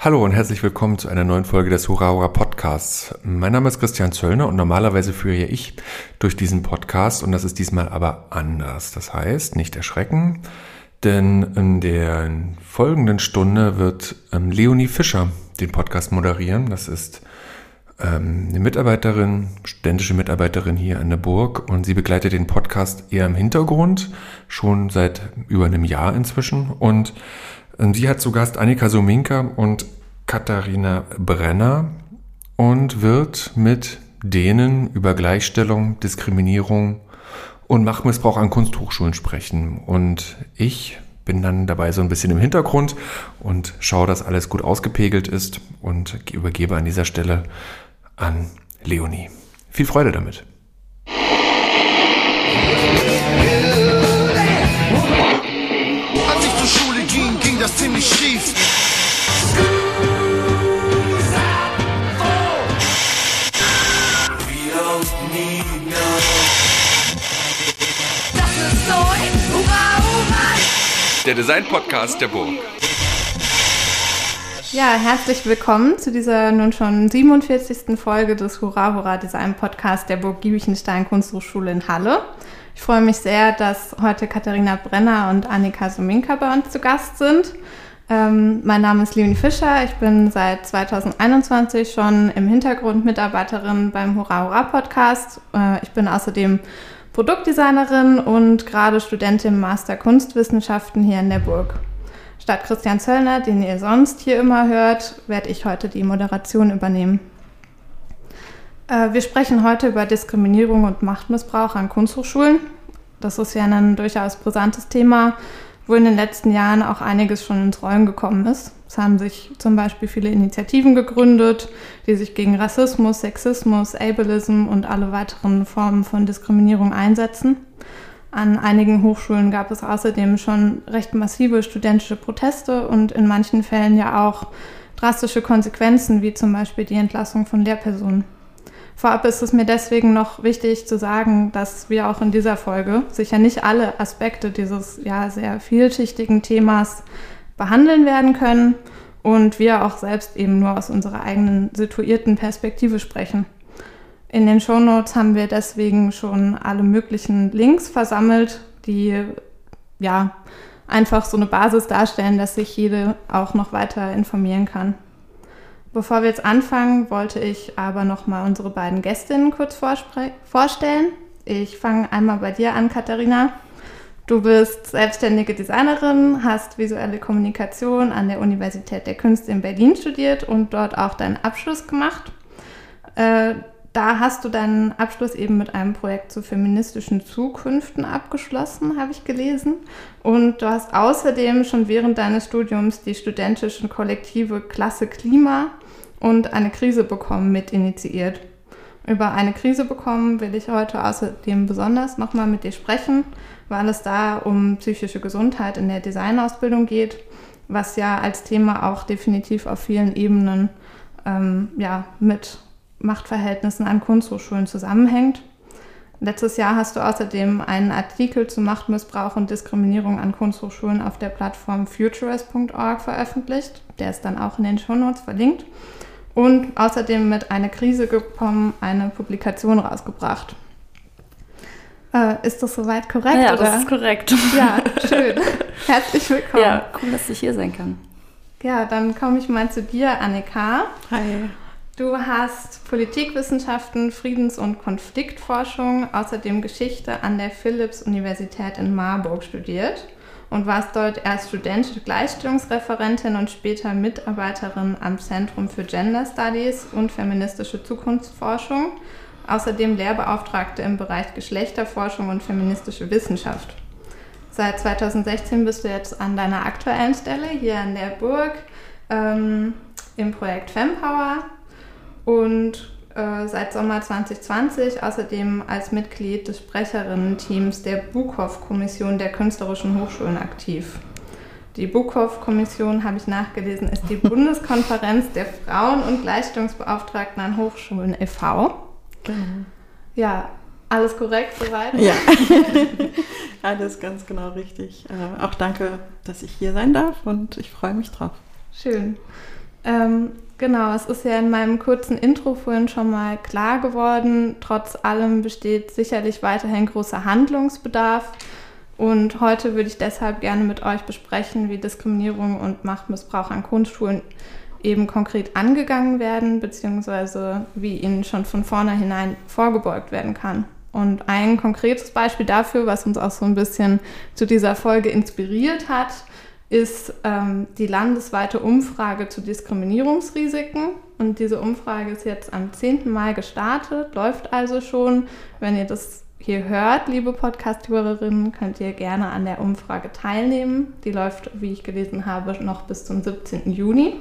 Hallo und herzlich willkommen zu einer neuen Folge des Hurra Hurra Podcasts. Mein Name ist Christian Zöllner und normalerweise führe ich durch diesen Podcast und das ist diesmal aber anders. Das heißt, nicht erschrecken, denn in der folgenden Stunde wird Leonie Fischer den Podcast moderieren. Das ist eine Mitarbeiterin, studentische Mitarbeiterin hier an der Burg und sie begleitet den Podcast eher im Hintergrund, schon seit über einem Jahr inzwischen und sie hat zu Gast Annika Sominka und Katharina Brenner und wird mit denen über Gleichstellung, Diskriminierung und Machtmissbrauch an Kunsthochschulen sprechen. Und ich bin dann dabei so ein bisschen im Hintergrund und schaue, dass alles gut ausgepegelt ist und übergebe an dieser Stelle an Leonie. Viel Freude damit. Als ich zur Schule ging das ziemlich schief. Das ist neu, hurra, hurra! Der Design-Podcast der Burg. Ja, herzlich willkommen zu dieser nun schon 47. Folge des Hurra Hurra Design Podcast der Burg Giebichenstein Kunsthochschule in Halle. Ich freue mich sehr, dass heute Katharina Brenner und Annika Sominka bei uns zu Gast sind. Mein Name ist Leonie Fischer. Ich bin seit 2021 schon im Hintergrund Mitarbeiterin beim Hurra Hurra Podcast. Ich bin außerdem Produktdesignerin und gerade Studentin im Master Kunstwissenschaften hier in der Burg. Statt Christian Zöllner, den ihr sonst hier immer hört, werde ich heute die Moderation übernehmen. Wir sprechen heute über Diskriminierung und Machtmissbrauch an Kunsthochschulen. Das ist ja ein durchaus brisantes Thema, wo in den letzten Jahren auch einiges schon ins Rollen gekommen ist. Es haben sich zum Beispiel viele Initiativen gegründet, die sich gegen Rassismus, Sexismus, Ableism und alle weiteren Formen von Diskriminierung einsetzen. An einigen Hochschulen gab es außerdem schon recht massive studentische Proteste und in manchen Fällen ja auch drastische Konsequenzen, wie zum Beispiel die Entlassung von Lehrpersonen. Vorab ist es mir deswegen noch wichtig zu sagen, dass wir auch in dieser Folge sicher nicht alle Aspekte dieses ja sehr vielschichtigen Themas behandeln werden können und wir auch selbst eben nur aus unserer eigenen situierten Perspektive sprechen. In den Shownotes haben wir deswegen schon alle möglichen Links versammelt, die ja einfach so eine Basis darstellen, dass sich jede auch noch weiter informieren kann. Bevor wir jetzt anfangen, wollte ich aber nochmal unsere beiden Gästinnen kurz vorstellen. Ich fange einmal bei dir an, Katharina. Du bist selbstständige Designerin, hast visuelle Kommunikation an der Universität der Künste in Berlin studiert und dort auch deinen Abschluss gemacht. Da hast du deinen Abschluss eben mit einem Projekt zu feministischen Zukünften abgeschlossen, habe ich gelesen. Und du hast außerdem schon während deines Studiums die studentischen Kollektive Klasse Klima und eine Krise bekommen mit initiiert. Über eine Krise bekommen will ich heute außerdem besonders nochmal mit dir sprechen, weil es da um psychische Gesundheit in der Designausbildung geht, was ja als Thema auch definitiv auf vielen Ebenen mit Machtverhältnissen an Kunsthochschulen zusammenhängt. Letztes Jahr hast du außerdem einen Artikel zu Machtmissbrauch und Diskriminierung an Kunsthochschulen auf der Plattform futurist.org veröffentlicht. Der ist dann auch in den Shownotes verlinkt. Und außerdem mit Eine Krise gekommen eine Publikation rausgebracht. Ist das soweit korrekt? Ja, oder? Das ist korrekt. Ja, schön. Herzlich willkommen. Ja, cool, dass ich hier sein kann. Ja, dann komme ich mal zu dir, Annika. Hi. Du hast Politikwissenschaften, Friedens- und Konfliktforschung, außerdem Geschichte an der Philipps-Universität in Marburg studiert und warst dort erst studentische Gleichstellungsreferentin und später Mitarbeiterin am Zentrum für Gender Studies und feministische Zukunftsforschung, außerdem Lehrbeauftragte im Bereich Geschlechterforschung und feministische Wissenschaft. Seit 2016 bist du jetzt an deiner aktuellen Stelle hier an der Burg im Projekt Fempower. Und seit Sommer 2020 außerdem als Mitglied des Sprecherinnen-Teams der Bukow-Kommission der Künstlerischen Hochschulen aktiv. Die Bukow-Kommission, habe ich nachgelesen, ist die Bundeskonferenz der Frauen- und Gleichstellungsbeauftragten an Hochschulen e.V. Genau. Ja, alles korrekt soweit? Ja, alles ganz genau richtig. Auch danke, dass ich hier sein darf und ich freue mich drauf. Schön. Genau, es ist ja in meinem kurzen Intro vorhin schon mal klar geworden, trotz allem besteht sicherlich weiterhin großer Handlungsbedarf. Und heute würde ich deshalb gerne mit euch besprechen, wie Diskriminierung und Machtmissbrauch an Grundschulen eben konkret angegangen werden, beziehungsweise wie ihnen schon von vornherein vorgebeugt werden kann. Und ein konkretes Beispiel dafür, was uns auch so ein bisschen zu dieser Folge inspiriert hat, ist die landesweite Umfrage zu Diskriminierungsrisiken. Und diese Umfrage ist jetzt am 10. Mai gestartet, läuft also schon. Wenn ihr das hier hört, liebe Podcast-Hörerinnen, könnt ihr gerne an der Umfrage teilnehmen. Die läuft, wie ich gelesen habe, noch bis zum 17. Juni.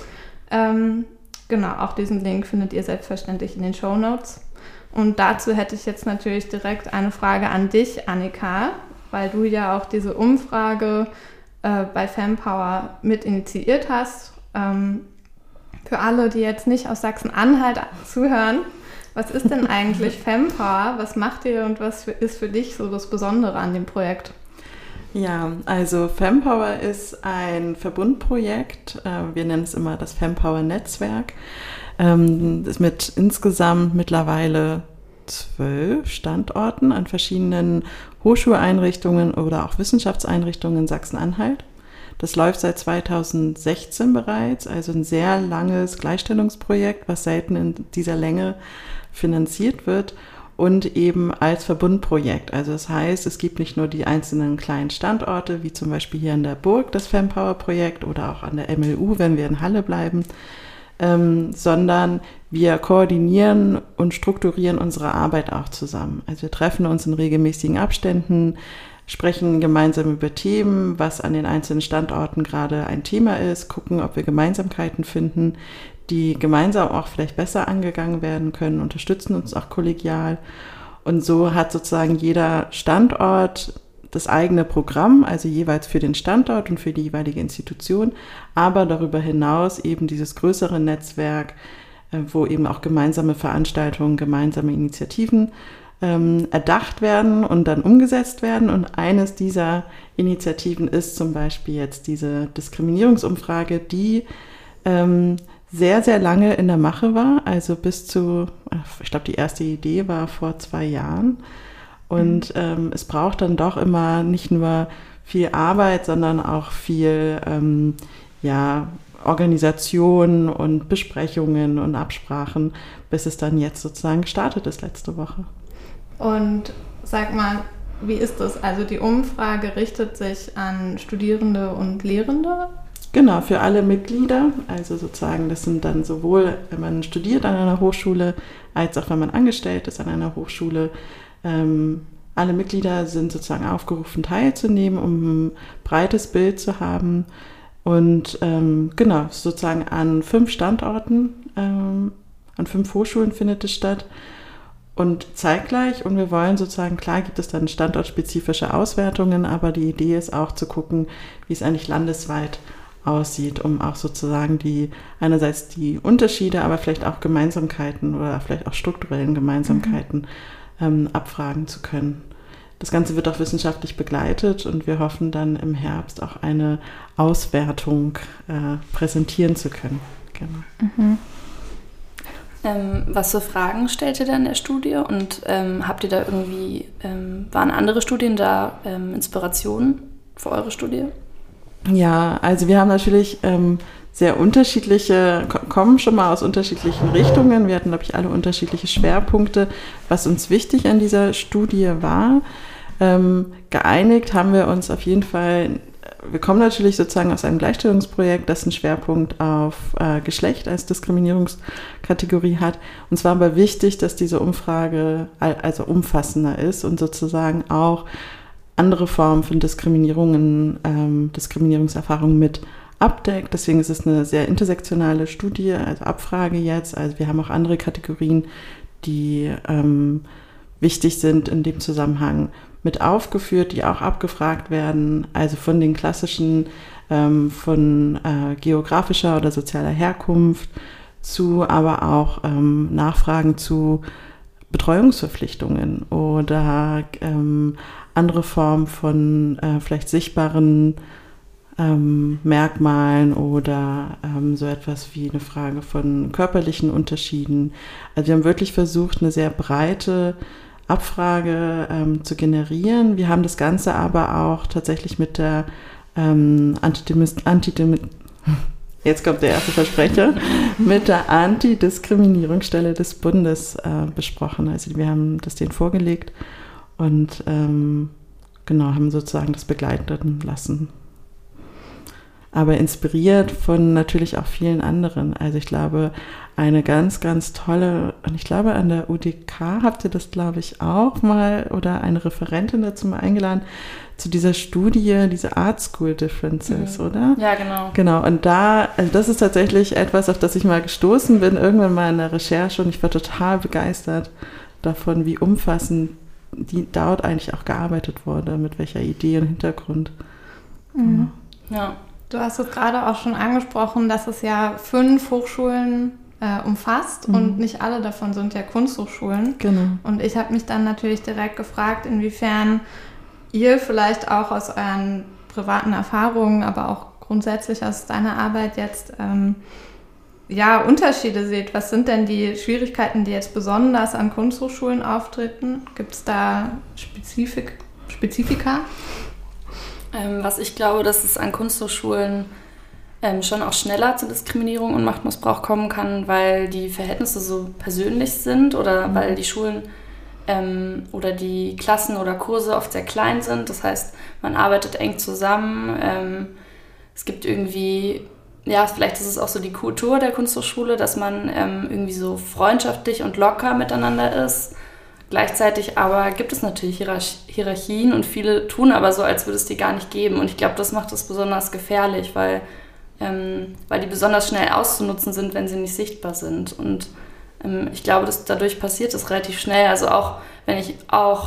Genau, auch diesen Link findet ihr selbstverständlich in den Shownotes. Und dazu hätte ich jetzt natürlich direkt eine Frage an dich, Annika, weil du ja auch diese Umfrage bei Fempower mit initiiert hast. Für alle, die jetzt nicht aus Sachsen-Anhalt zuhören, was ist denn eigentlich Fempower? Was macht ihr und was ist für dich so das Besondere an dem Projekt? Ja, also Fempower ist ein Verbundprojekt. Wir nennen es immer das Fempower-Netzwerk. Das mit insgesamt mittlerweile 12 Standorten an verschiedenen Hochschuleinrichtungen oder auch Wissenschaftseinrichtungen in Sachsen-Anhalt. Das läuft seit 2016 bereits, also ein sehr langes Gleichstellungsprojekt, was selten in dieser Länge finanziert wird und eben als Verbundprojekt. Also das heißt, es gibt nicht nur die einzelnen kleinen Standorte, wie zum Beispiel hier in der Burg das Fempower-Projekt oder auch an der MLU, wenn wir in Halle bleiben, sondern wir koordinieren und strukturieren unsere Arbeit auch zusammen. Also wir treffen uns in regelmäßigen Abständen, sprechen gemeinsam über Themen, was an den einzelnen Standorten gerade ein Thema ist, gucken, ob wir Gemeinsamkeiten finden, die gemeinsam auch vielleicht besser angegangen werden können, unterstützen uns auch kollegial. Und so hat sozusagen jeder Standort das eigene Programm, also jeweils für den Standort und für die jeweilige Institution, aber darüber hinaus eben dieses größere Netzwerk, wo eben auch gemeinsame Veranstaltungen, gemeinsame Initiativen erdacht werden und dann umgesetzt werden. Und eines dieser Initiativen ist zum Beispiel jetzt diese Diskriminierungsumfrage, die sehr, sehr lange in der Mache war, also bis zu, ich glaube, die erste Idee war vor 2 Jahren. Und es braucht dann doch immer nicht nur viel Arbeit, sondern auch viel Organisation und Besprechungen und Absprachen, bis es dann jetzt sozusagen gestartet ist letzte Woche. Und sag mal, wie ist das? Also die Umfrage richtet sich an Studierende und Lehrende? Genau, für alle Mitglieder. Also sozusagen, das sind dann sowohl, wenn man studiert an einer Hochschule, als auch wenn man angestellt ist an einer Hochschule. Alle Mitglieder sind sozusagen aufgerufen, teilzunehmen, um ein breites Bild zu haben. Und genau, sozusagen an 5 Standorten, an 5 Hochschulen findet es statt. Und zeitgleich, und wir wollen sozusagen, klar gibt es dann standortspezifische Auswertungen, aber die Idee ist auch zu gucken, wie es eigentlich landesweit aussieht, um auch sozusagen einerseits die Unterschiede, aber vielleicht auch Gemeinsamkeiten oder vielleicht auch strukturellen Gemeinsamkeiten abfragen zu können. Das Ganze wird auch wissenschaftlich begleitet und wir hoffen dann im Herbst auch eine Auswertung präsentieren zu können. Genau. Mhm. Was für Fragen stellt ihr da in der Studie und habt ihr da irgendwie, waren andere Studien da Inspirationen für eure Studie? Ja, also wir haben natürlich sehr unterschiedliche, kommen schon mal aus unterschiedlichen Richtungen. Wir hatten, glaube ich, alle unterschiedliche Schwerpunkte. Was uns wichtig an dieser Studie war, geeinigt haben wir uns auf jeden Fall, wir kommen natürlich sozusagen aus einem Gleichstellungsprojekt, das einen Schwerpunkt auf Geschlecht als Diskriminierungskategorie hat. Uns war aber wichtig, dass diese Umfrage also umfassender ist und sozusagen auch andere Formen von Diskriminierungen, Diskriminierungserfahrungen mit abdeckt. Deswegen ist es eine sehr intersektionale Studie, also Abfrage jetzt. Also wir haben auch andere Kategorien, die wichtig sind in dem Zusammenhang mit aufgeführt, die auch abgefragt werden. Also von den klassischen, von geografischer oder sozialer Herkunft zu, aber auch Nachfragen zu Betreuungsverpflichtungen oder andere Formen von vielleicht sichtbaren Merkmalen oder so etwas wie eine Frage von körperlichen Unterschieden. Also wir haben wirklich versucht, eine sehr breite Abfrage zu generieren. Wir haben das Ganze aber auch tatsächlich mit der jetzt kommt der erste Versprecher, mit der Antidiskriminierungsstelle des Bundes besprochen. Also wir haben das denen vorgelegt und haben sozusagen das begleiten lassen. Aber inspiriert von natürlich auch vielen anderen. Also ich glaube, eine ganz, ganz tolle, und ich glaube an der UDK habt ihr das, glaube ich, auch mal, oder eine Referentin dazu mal eingeladen, zu dieser Studie, diese Art School Differences, oder? Ja, genau. Genau, und das ist tatsächlich etwas, auf das ich mal gestoßen bin, irgendwann mal in der Recherche, und ich war total begeistert davon, wie umfassend dort eigentlich auch gearbeitet wurde, mit welcher Idee und Hintergrund. Mhm. Ja. Du hast es gerade auch schon angesprochen, dass es ja 5 Hochschulen umfasst und nicht alle davon sind ja Kunsthochschulen. Genau. Und ich habe mich dann natürlich direkt gefragt, inwiefern ihr vielleicht auch aus euren privaten Erfahrungen, aber auch grundsätzlich aus deiner Arbeit jetzt Unterschiede seht. Was sind denn die Schwierigkeiten, die jetzt besonders an Kunsthochschulen auftreten? Gibt es da Spezifika? Was ich glaube, dass es an Kunsthochschulen schon auch schneller zu Diskriminierung und Machtmissbrauch kommen kann, weil die Verhältnisse so persönlich sind oder weil die Schulen oder die Klassen oder Kurse oft sehr klein sind. Das heißt, man arbeitet eng zusammen. Es gibt irgendwie, vielleicht ist es auch so die Kultur der Kunsthochschule, dass man irgendwie so freundschaftlich und locker miteinander ist. Gleichzeitig aber gibt es natürlich Hierarchien und viele tun aber so, als würde es die gar nicht geben. Und ich glaube, das macht es besonders gefährlich, weil die besonders schnell auszunutzen sind, wenn sie nicht sichtbar sind. Und ich glaube, dass dadurch passiert es relativ schnell. Also auch wenn ich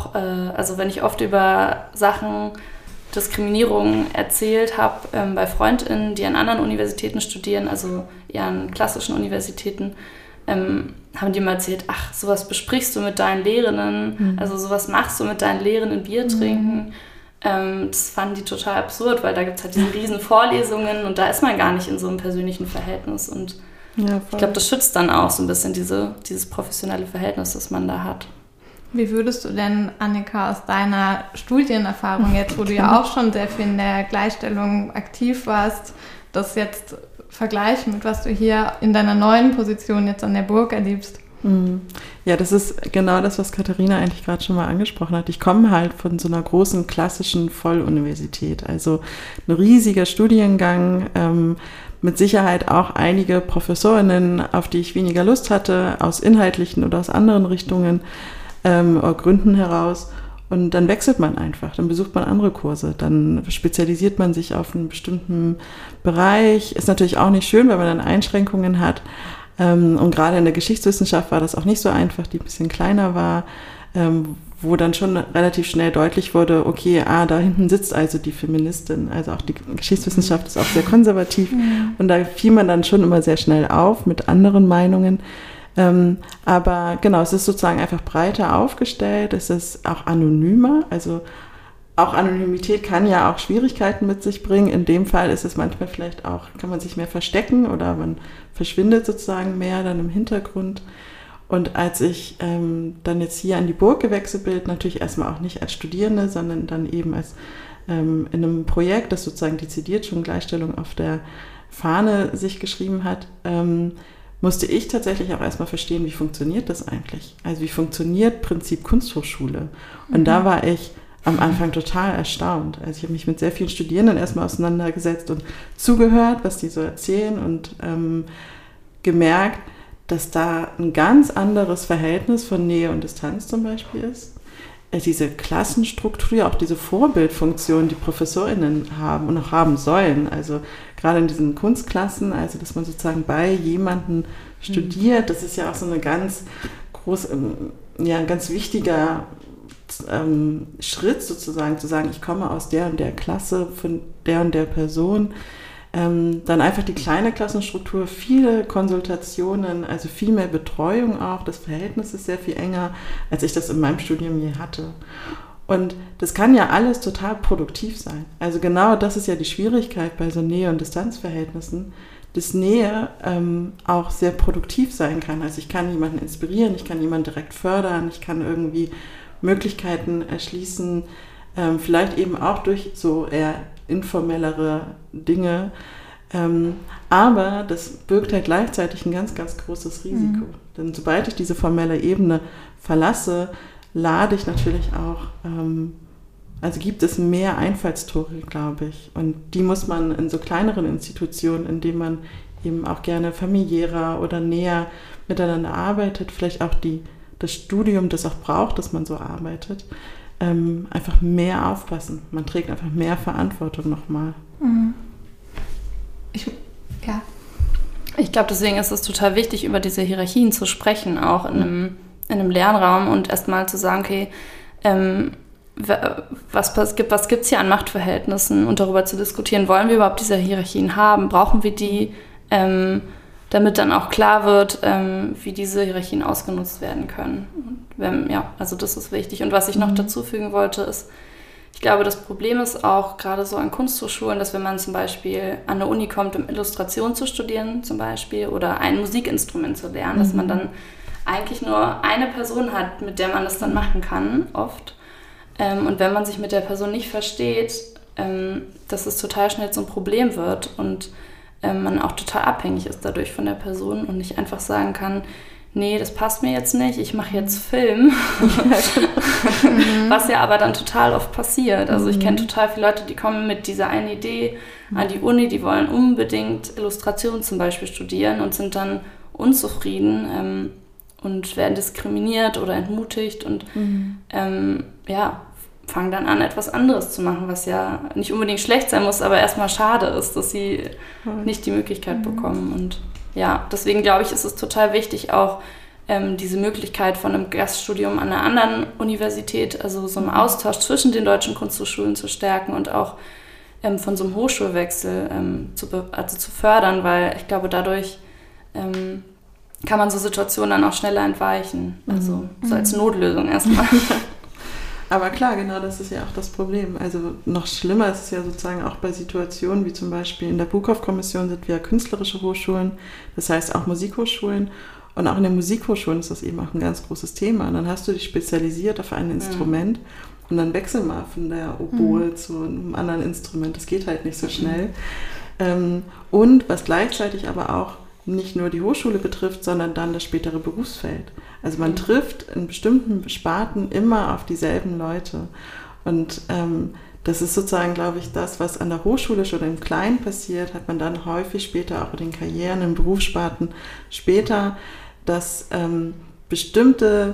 oft über Sachen, Diskriminierung erzählt habe bei FreundInnen, die an anderen Universitäten studieren, also eher an klassischen Universitäten, haben die mal erzählt, ach, sowas besprichst du mit deinen Lehrerinnen, also sowas machst du mit deinen Lehrerinnen, Bier trinken. Das fanden die total absurd, weil da gibt es halt diese riesen Vorlesungen und da ist man gar nicht in so einem persönlichen Verhältnis. Und ich glaube, das schützt dann auch so ein bisschen dieses professionelle Verhältnis, das man da hat. Wie würdest du denn, Annika, aus deiner Studienerfahrung jetzt, wo du ja auch schon sehr viel in der Gleichstellung aktiv warst, das jetzt vergleichen mit was du hier in deiner neuen Position jetzt an der Burg erlebst? Ja, das ist genau das, was Katharina eigentlich gerade schon mal angesprochen hat. Ich komme halt von so einer großen klassischen Volluniversität, also ein riesiger Studiengang, mit Sicherheit auch einige ProfessorInnen, auf die ich weniger Lust hatte, aus inhaltlichen oder aus anderen Richtungen oder Gründen heraus. Und dann wechselt man einfach, dann besucht man andere Kurse, dann spezialisiert man sich auf einen bestimmten Bereich. Ist natürlich auch nicht schön, weil man dann Einschränkungen hat. Und gerade in der Geschichtswissenschaft war das auch nicht so einfach, die ein bisschen kleiner war, wo dann schon relativ schnell deutlich wurde, okay, da hinten sitzt also die Feministin. Also auch die Geschichtswissenschaft ist auch sehr konservativ. Und da fiel man dann schon immer sehr schnell auf mit anderen Meinungen. Aber genau, es ist sozusagen einfach breiter aufgestellt, es ist auch anonymer, also auch Anonymität kann ja auch Schwierigkeiten mit sich bringen. In dem Fall ist es manchmal vielleicht auch, kann man sich mehr verstecken oder man verschwindet sozusagen mehr dann im Hintergrund. Und als ich dann jetzt hier an die Burg gewechselt bin, natürlich erstmal auch nicht als Studierende, sondern dann eben als in einem Projekt, das sozusagen dezidiert schon Gleichstellung auf der Fahne sich geschrieben hat, musste ich tatsächlich auch erstmal verstehen, wie funktioniert das eigentlich? Also wie funktioniert Prinzip Kunsthochschule? Und da war ich am Anfang total erstaunt. Also ich habe mich mit sehr vielen Studierenden erstmal auseinandergesetzt und zugehört, was die so erzählen und gemerkt, dass da ein ganz anderes Verhältnis von Nähe und Distanz zum Beispiel ist. Diese Klassenstruktur, auch diese Vorbildfunktion, die ProfessorInnen haben und auch haben sollen, also gerade in diesen Kunstklassen, also dass man sozusagen bei jemandem studiert, das ist ja auch so eine ganz ein ganz wichtiger Schritt sozusagen, zu sagen, ich komme aus der und der Klasse von der und der Person. Dann einfach die kleine Klassenstruktur, viele Konsultationen, also viel mehr Betreuung auch. Das Verhältnis ist sehr viel enger, als ich das in meinem Studium je hatte. Und das kann ja alles total produktiv sein. Also genau das ist ja die Schwierigkeit bei so Nähe- und Distanzverhältnissen, dass Nähe auch sehr produktiv sein kann. Also ich kann jemanden inspirieren, ich kann jemanden direkt fördern, ich kann irgendwie Möglichkeiten erschließen, vielleicht eben auch durch so eher informellere Dinge. Aber das birgt halt gleichzeitig ein ganz, ganz großes Risiko. Denn sobald ich diese formelle Ebene verlasse, lade ich natürlich auch, also gibt es mehr Einfallstore, glaube ich. Und die muss man in so kleineren Institutionen, in denen man eben auch gerne familiärer oder näher miteinander arbeitet, vielleicht auch das Studium das auch braucht, dass man so arbeitet, einfach mehr aufpassen. Man trägt einfach mehr Verantwortung nochmal. Ich glaube, deswegen ist es total wichtig, über diese Hierarchien zu sprechen, auch in einem Lernraum und erstmal zu sagen, okay, was gibt es hier an Machtverhältnissen und darüber zu diskutieren, wollen wir überhaupt diese Hierarchien haben, brauchen wir die, damit dann auch klar wird, wie diese Hierarchien ausgenutzt werden können. Also das ist wichtig. Und was ich noch dazu fügen wollte, ist, ich glaube, das Problem ist auch gerade so an Kunsthochschulen, dass wenn man zum Beispiel an der Uni kommt, um Illustration zu studieren zum Beispiel oder ein Musikinstrument zu lernen, dass man dann eigentlich nur eine Person hat, mit der man das dann machen kann, oft. Und wenn man sich mit der Person nicht versteht, dass es total schnell zum Problem wird und man auch total abhängig ist dadurch von der Person und nicht einfach sagen kann, nee, das passt mir jetzt nicht, ich mache jetzt Film. Was ja aber dann total oft passiert. Also ich kenne total viele Leute, die kommen mit dieser einen Idee an die Uni, die wollen unbedingt Illustration zum Beispiel studieren und sind dann unzufrieden und werden diskriminiert oder entmutigt und fangen dann an, etwas anderes zu machen, was ja nicht unbedingt schlecht sein muss, aber erstmal schade ist, dass sie nicht die Möglichkeit bekommen. Und ja, deswegen glaube ich, ist es total wichtig, auch diese Möglichkeit von einem Gaststudium an einer anderen Universität, also so einem Austausch zwischen den deutschen Kunsthochschulen zu stärken und auch von so einem Hochschulwechsel zu fördern, weil ich glaube, dadurch kann man so Situationen dann auch schneller entweichen. Also so als Notlösung erstmal. Aber klar, genau das ist ja auch das Problem. Also noch schlimmer ist es ja sozusagen auch bei Situationen wie zum Beispiel in der Buchhoff-Kommission sind wir künstlerische Hochschulen, das heißt auch Musikhochschulen. Und auch in den Musikhochschulen ist das eben auch ein ganz großes Thema. Und dann hast du dich spezialisiert auf ein Instrument und dann wechsel mal von der Oboe zu einem anderen Instrument. Das geht halt nicht so schnell. Und was gleichzeitig aber auch nicht nur die Hochschule betrifft, sondern dann das spätere Berufsfeld. Also man trifft in bestimmten Sparten immer auf dieselben Leute. Und das ist sozusagen, glaube ich, das, was an der Hochschule schon im Kleinen passiert, hat man dann häufig später auch in den Karrieren, in Berufssparten später, dass bestimmte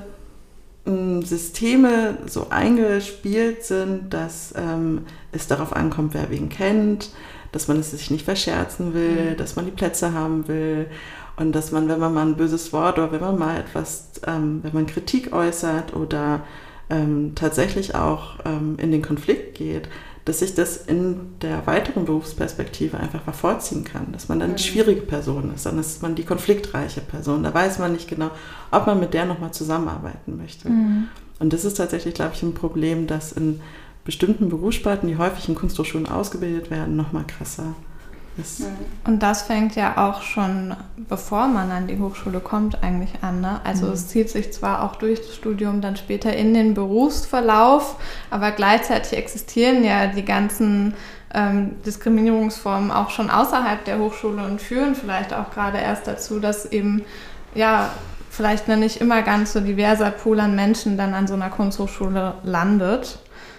Systeme so eingespielt sind, dass es darauf ankommt, wer wen kennt, dass man es sich nicht verscherzen will, dass man die Plätze haben will und dass man, wenn man mal ein böses Wort oder wenn man mal etwas, wenn man Kritik äußert oder tatsächlich auch in den Konflikt geht, dass sich das in der weiteren Berufsperspektive einfach mal vorziehen kann, dass man dann die schwierige Person ist, dann ist man die konfliktreiche Person, da weiß man nicht genau, ob man mit der nochmal zusammenarbeiten möchte. Und das ist tatsächlich, glaube ich, ein Problem, das in bestimmten Berufssparten, die häufig in Kunsthochschulen ausgebildet werden, nochmal krasser ist. Und das fängt ja auch schon, bevor man an die Hochschule kommt, eigentlich an. Ne? Also es zieht sich zwar auch durch das Studium dann später in den Berufsverlauf, aber gleichzeitig existieren ja die ganzen Diskriminierungsformen auch schon außerhalb der Hochschule und führen vielleicht auch gerade erst dazu, dass eben vielleicht ein nicht immer ganz so diverser Pool an Menschen dann an so einer Kunsthochschule landet.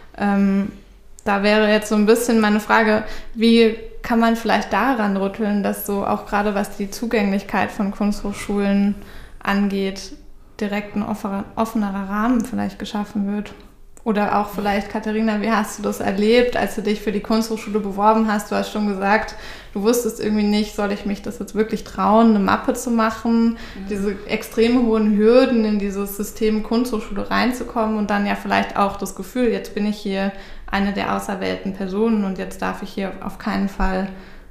Da wäre jetzt so ein bisschen meine Frage, wie kann man vielleicht daran rütteln, dass so auch gerade was die Zugänglichkeit von Kunsthochschulen angeht, direkt ein offenerer Rahmen vielleicht geschaffen wird? Oder auch vielleicht, Katharina, wie hast du das erlebt, als du dich für die Kunsthochschule beworben hast? Du hast schon gesagt, du wusstest irgendwie nicht, soll ich mich das jetzt wirklich trauen, eine Mappe zu machen? Diese extrem hohen Hürden, in dieses System Kunsthochschule reinzukommen und dann ja vielleicht auch das Gefühl, jetzt bin ich hier eine der auserwählten Personen und jetzt darf ich hier auf keinen Fall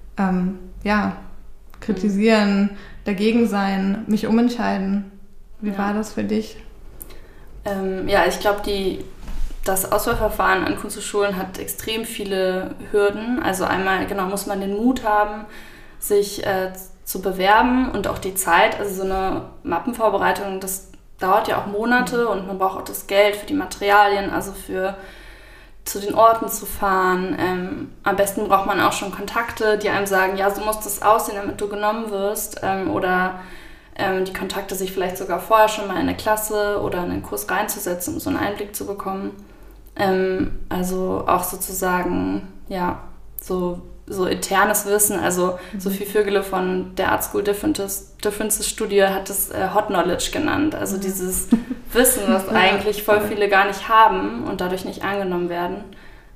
kritisieren, dagegen sein, mich umentscheiden. Wie war das für dich? Ich glaube, das Auswahlverfahren an Kunsthochschulen hat extrem viele Hürden. Also einmal muss man den Mut haben, sich zu bewerben und auch die Zeit. Also so eine Mappenvorbereitung, das dauert ja auch Monate und man braucht auch das Geld für die Materialien, also zu den Orten zu fahren. Am besten braucht man auch schon Kontakte, die einem sagen, ja, so muss das aussehen, damit du genommen wirst. Oder die Kontakte sich vielleicht sogar vorher schon mal in eine Klasse oder in einen Kurs reinzusetzen, um so einen Einblick zu bekommen. Also auch sozusagen, ja, so internes Wissen, also Sophie Vögele von der Art School Differences Studie hat es Hot Knowledge genannt, also dieses Wissen, was eigentlich voll viele gar nicht haben und dadurch nicht angenommen werden.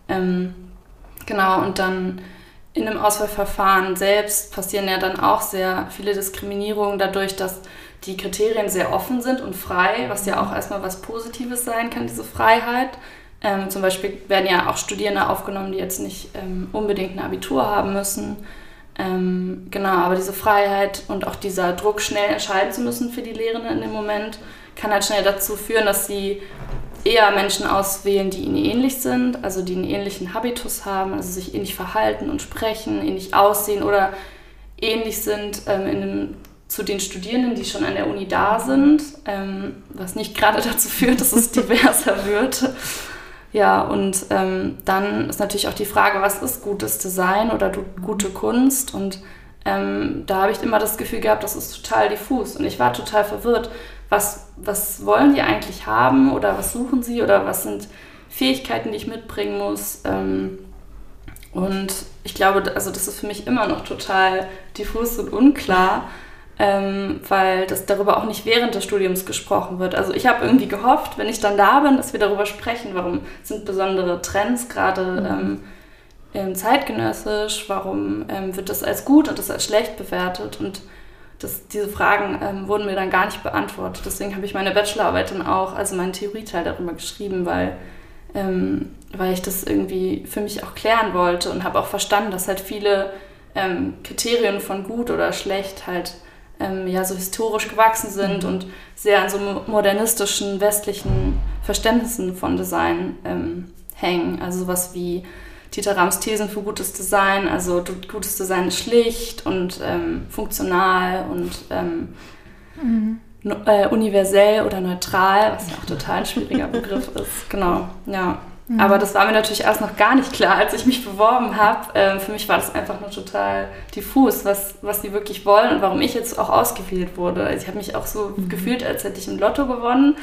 Und dann in dem Auswahlverfahren selbst passieren ja dann auch sehr viele Diskriminierungen dadurch, dass die Kriterien sehr offen sind und frei, was ja auch erstmal was Positives sein kann, diese Freiheit. Zum Beispiel werden ja auch Studierende aufgenommen, die jetzt nicht unbedingt ein Abitur haben müssen. Aber diese Freiheit und auch dieser Druck, schnell entscheiden zu müssen für die Lehrenden in dem Moment, kann halt schnell dazu führen, dass sie eher Menschen auswählen, die ihnen ähnlich sind, also die einen ähnlichen Habitus haben, also sich ähnlich verhalten und sprechen, ähnlich aussehen oder ähnlich sind zu den Studierenden, die schon an der Uni da sind, was nicht gerade dazu führt, dass es diverser wird. Ja, und dann ist natürlich auch die Frage, was ist gutes Design oder gute Kunst? Und da habe ich immer das Gefühl gehabt, das ist total diffus. Und ich war total verwirrt. Was wollen die eigentlich haben oder was suchen sie oder was sind Fähigkeiten, die ich mitbringen muss? Und ich glaube, also das ist für mich immer noch total diffus und unklar, weil das darüber auch nicht während des Studiums gesprochen wird. Also ich habe irgendwie gehofft, wenn ich dann da bin, dass wir darüber sprechen, warum sind besondere Trends gerade zeitgenössisch, warum wird das als gut und das als schlecht bewertet und diese Fragen wurden mir dann gar nicht beantwortet. Deswegen habe ich meine Bachelorarbeit dann auch, also meinen Theorieteil darüber geschrieben, weil ich das irgendwie für mich auch klären wollte und habe auch verstanden, dass halt viele Kriterien von gut oder schlecht halt so historisch gewachsen sind und sehr an so modernistischen, westlichen Verständnissen von Design hängen. Also sowas wie Dieter Rams Thesen für gutes Design, also gutes Design ist schlicht und funktional und universell oder neutral, was ja auch total ein schwieriger Begriff ist. Genau, ja. Aber das war mir natürlich erst noch gar nicht klar, als ich mich beworben habe. Für mich war das einfach nur total diffus, was die wirklich wollen und warum ich jetzt auch ausgewählt wurde. Also ich habe mich auch so gefühlt, als hätte ich im Lotto gewonnen,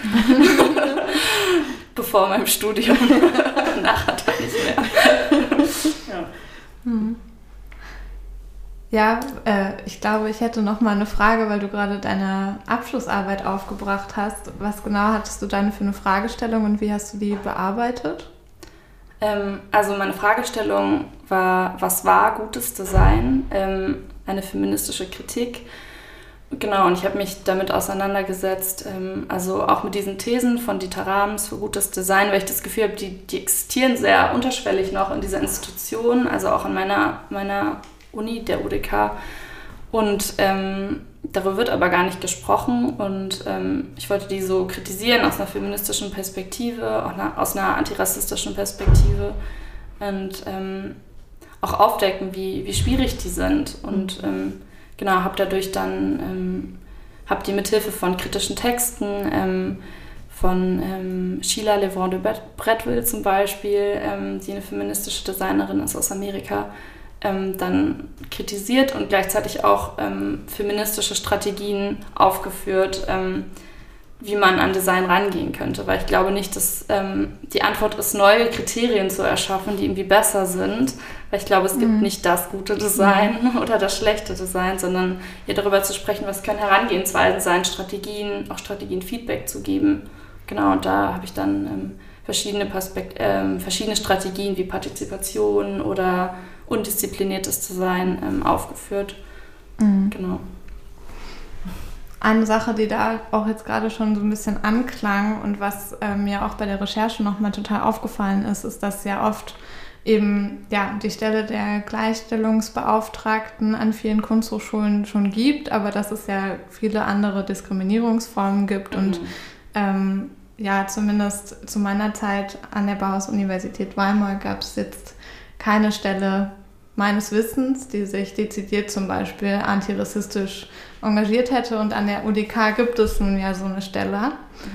bevor meinem Studium. Nachher dann nicht mehr. Ja, ich glaube, ich hätte noch mal eine Frage, weil du gerade deine Abschlussarbeit aufgebracht hast. Was genau hattest du dann für eine Fragestellung und wie hast du die bearbeitet? Also meine Fragestellung war, was war gutes Design? Eine feministische Kritik. Genau, und ich habe mich damit auseinandergesetzt, also auch mit diesen Thesen von Dieter Rams für gutes Design, weil ich das Gefühl habe, die existieren sehr unterschwellig noch in dieser Institution, also auch in meiner Uni, der UDK. Und darüber wird aber gar nicht gesprochen und ich wollte die so kritisieren aus einer feministischen Perspektive, auch aus einer antirassistischen Perspektive und auch aufdecken, wie schwierig die sind und habe dadurch dann die mithilfe von kritischen Texten von Sheila Levant de Bretteville zum Beispiel, die eine feministische Designerin ist aus Amerika, dann kritisiert und gleichzeitig auch feministische Strategien aufgeführt, wie man an Design rangehen könnte. Weil ich glaube nicht, dass die Antwort ist, neue Kriterien zu erschaffen, die irgendwie besser sind. Weil ich glaube, es gibt nicht das gute Design oder das schlechte Design, sondern hier darüber zu sprechen, was können Herangehensweisen sein, Strategien Feedback zu geben. Genau, und da habe ich dann verschiedene Strategien wie Partizipation oder undiszipliniertes Design aufgeführt. Genau. Eine Sache, die da auch jetzt gerade schon so ein bisschen anklang und was mir auch bei der Recherche nochmal total aufgefallen ist, ist, dass ja oft eben die Stelle der Gleichstellungsbeauftragten an vielen Kunsthochschulen schon gibt, aber dass es ja viele andere Diskriminierungsformen gibt und ja, zumindest zu meiner Zeit an der Bauhaus-Universität Weimar gab es jetzt keine Stelle meines Wissens, die sich dezidiert zum Beispiel antirassistisch engagiert hätte. Und an der UDK gibt es nun ja so eine Stelle.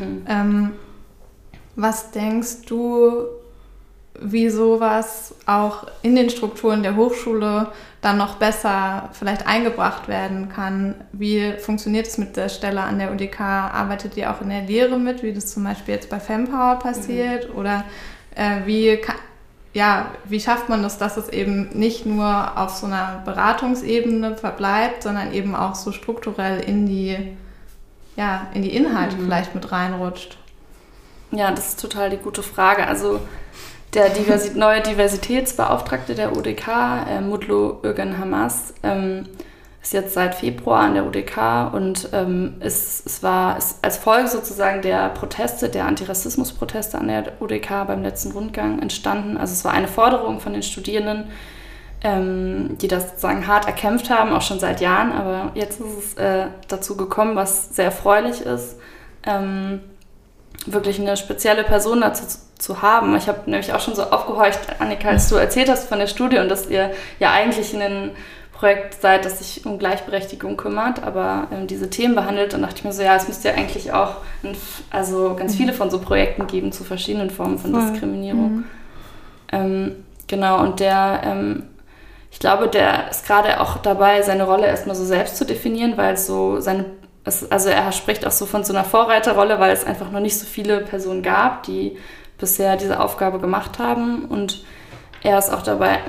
Was denkst du, wie sowas auch in den Strukturen der Hochschule dann noch besser vielleicht eingebracht werden kann? Wie funktioniert es mit der Stelle an der UDK? Arbeitet ihr auch in der Lehre mit, wie das zum Beispiel jetzt bei Fempower passiert? Oder wie schafft man das, dass es eben nicht nur auf so einer Beratungsebene verbleibt, sondern eben auch so strukturell in die Inhalte vielleicht mit reinrutscht? Ja, das ist total die gute Frage. Also der neue Diversitätsbeauftragte der UDK, Mutlu Ögen Hamas, ist jetzt seit Februar an der UDK und ist als Folge sozusagen der Antirassismus-Proteste an der UDK beim letzten Rundgang entstanden. Also es war eine Forderung von den Studierenden, die das sozusagen hart erkämpft haben, auch schon seit Jahren, aber jetzt ist es dazu gekommen, was sehr erfreulich ist, wirklich eine spezielle Person dazu zu haben. Ich habe nämlich auch schon so aufgehorcht, Annika, als du erzählt hast von der Studie und dass ihr ja eigentlich in einem Projekt seid, das sich um Gleichberechtigung kümmert, aber diese Themen behandelt. Und dachte ich mir so, ja, es müsste ja eigentlich auch ganz viele von so Projekten geben zu verschiedenen Formen von Diskriminierung. Genau, und ich glaube, der ist gerade auch dabei, seine Rolle erstmal so selbst zu definieren, weil es so er spricht auch so von so einer Vorreiterrolle, weil es einfach noch nicht so viele Personen gab, die bisher diese Aufgabe gemacht haben. Und er ist auch dabei,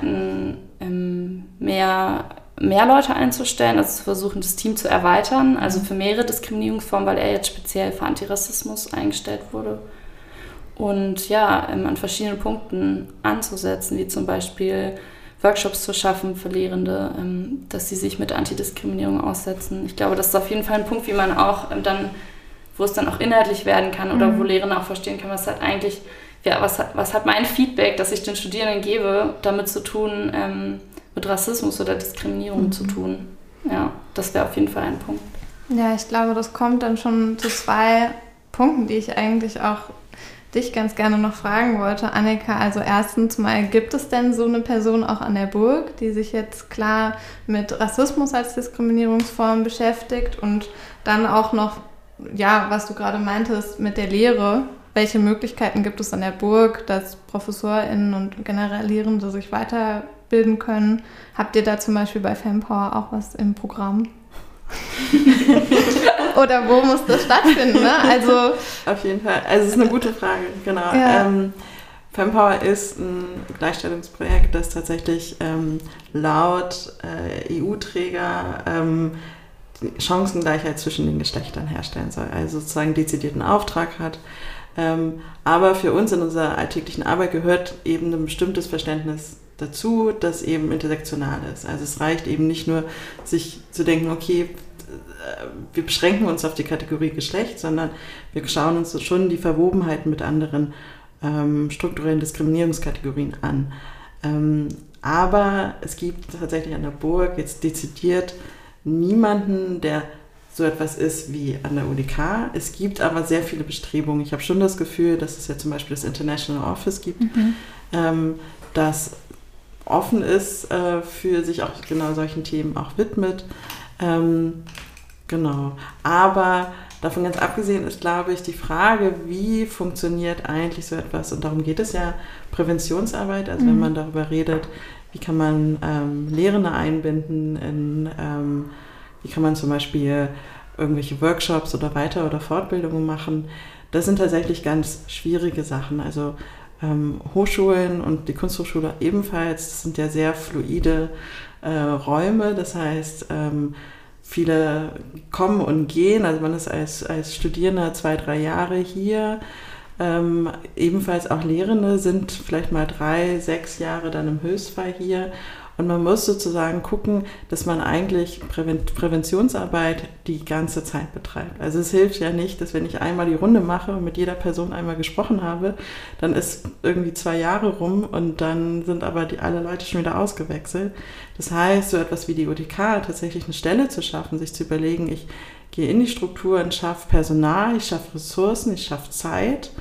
mehr Leute einzustellen, also zu versuchen, das Team zu erweitern, also für mehrere Diskriminierungsformen, weil er jetzt speziell für Antirassismus eingestellt wurde. Und ja, an verschiedenen Punkten anzusetzen, wie zum Beispiel Workshops zu schaffen für Lehrende, dass sie sich mit Antidiskriminierung aussetzen. Ich glaube, das ist auf jeden Fall ein Punkt, wie man auch wo es dann auch inhaltlich werden kann oder wo Lehrende auch verstehen können, was hat eigentlich, was hat mein Feedback, das ich den Studierenden gebe, damit zu tun, mit Rassismus oder Diskriminierung zu tun. Ja, das wäre auf jeden Fall ein Punkt. Ja, ich glaube, das kommt dann schon zu 2 Punkten, die ich eigentlich auch dich ganz gerne noch fragen wollte, Annika. Also erstens mal, gibt es denn so eine Person auch an der Burg, die sich jetzt klar mit Rassismus als Diskriminierungsform beschäftigt und dann auch noch, ja, was du gerade meintest, mit der Lehre? Welche Möglichkeiten gibt es an der Burg, dass ProfessorInnen und generell Lehrende sich weiterbilden können? Habt ihr da zum Beispiel bei Fempower auch was im Programm? Oder wo muss das stattfinden? Ne? Also auf jeden Fall. Also es ist eine gute Frage, genau. Ja. Fempower ist ein Gleichstellungsprojekt, das tatsächlich laut EU-Träger Chancengleichheit zwischen den Geschlechtern herstellen soll. Also sozusagen dezidierten Auftrag hat. Aber für uns in unserer alltäglichen Arbeit gehört eben ein bestimmtes Verständnis dazu, das eben intersektional ist. Also es reicht eben nicht nur, sich zu denken, okay, wir beschränken uns auf die Kategorie Geschlecht, sondern wir schauen uns schon die Verwobenheiten mit anderen strukturellen Diskriminierungskategorien an. Aber es gibt tatsächlich an der Burg jetzt dezidiert niemanden, der so etwas ist wie an der UDK. Es gibt aber sehr viele Bestrebungen. Ich habe schon das Gefühl, dass es ja zum Beispiel das International Office gibt, das offen ist, für sich auch genau solchen Themen auch widmet. Genau. Aber davon ganz abgesehen ist, glaube ich, die Frage, wie funktioniert eigentlich so etwas, und darum geht es ja, Präventionsarbeit, also wenn man darüber redet, wie kann man Lehrende einbinden, wie kann man zum Beispiel irgendwelche Workshops oder oder Fortbildungen machen, das sind tatsächlich ganz schwierige Sachen. Also Hochschulen und die Kunsthochschule ebenfalls, das sind ja sehr fluide Räume, das heißt, viele kommen und gehen, also man ist als Studierender 2-3 Jahre hier, ebenfalls auch Lehrende sind vielleicht mal 3-6 Jahre dann im Höchstfall hier, Und man muss sozusagen gucken, dass man eigentlich Präventionsarbeit die ganze Zeit betreibt. Also es hilft ja nicht, dass wenn ich einmal die Runde mache und mit jeder Person einmal gesprochen habe, dann ist irgendwie 2 Jahre rum und dann sind aber alle Leute schon wieder ausgewechselt. Das heißt, so etwas wie die UDK, tatsächlich eine Stelle zu schaffen, sich zu überlegen, ich gehe in die Struktur und schaffe Personal, ich schaffe Ressourcen, ich schaffe Zeit,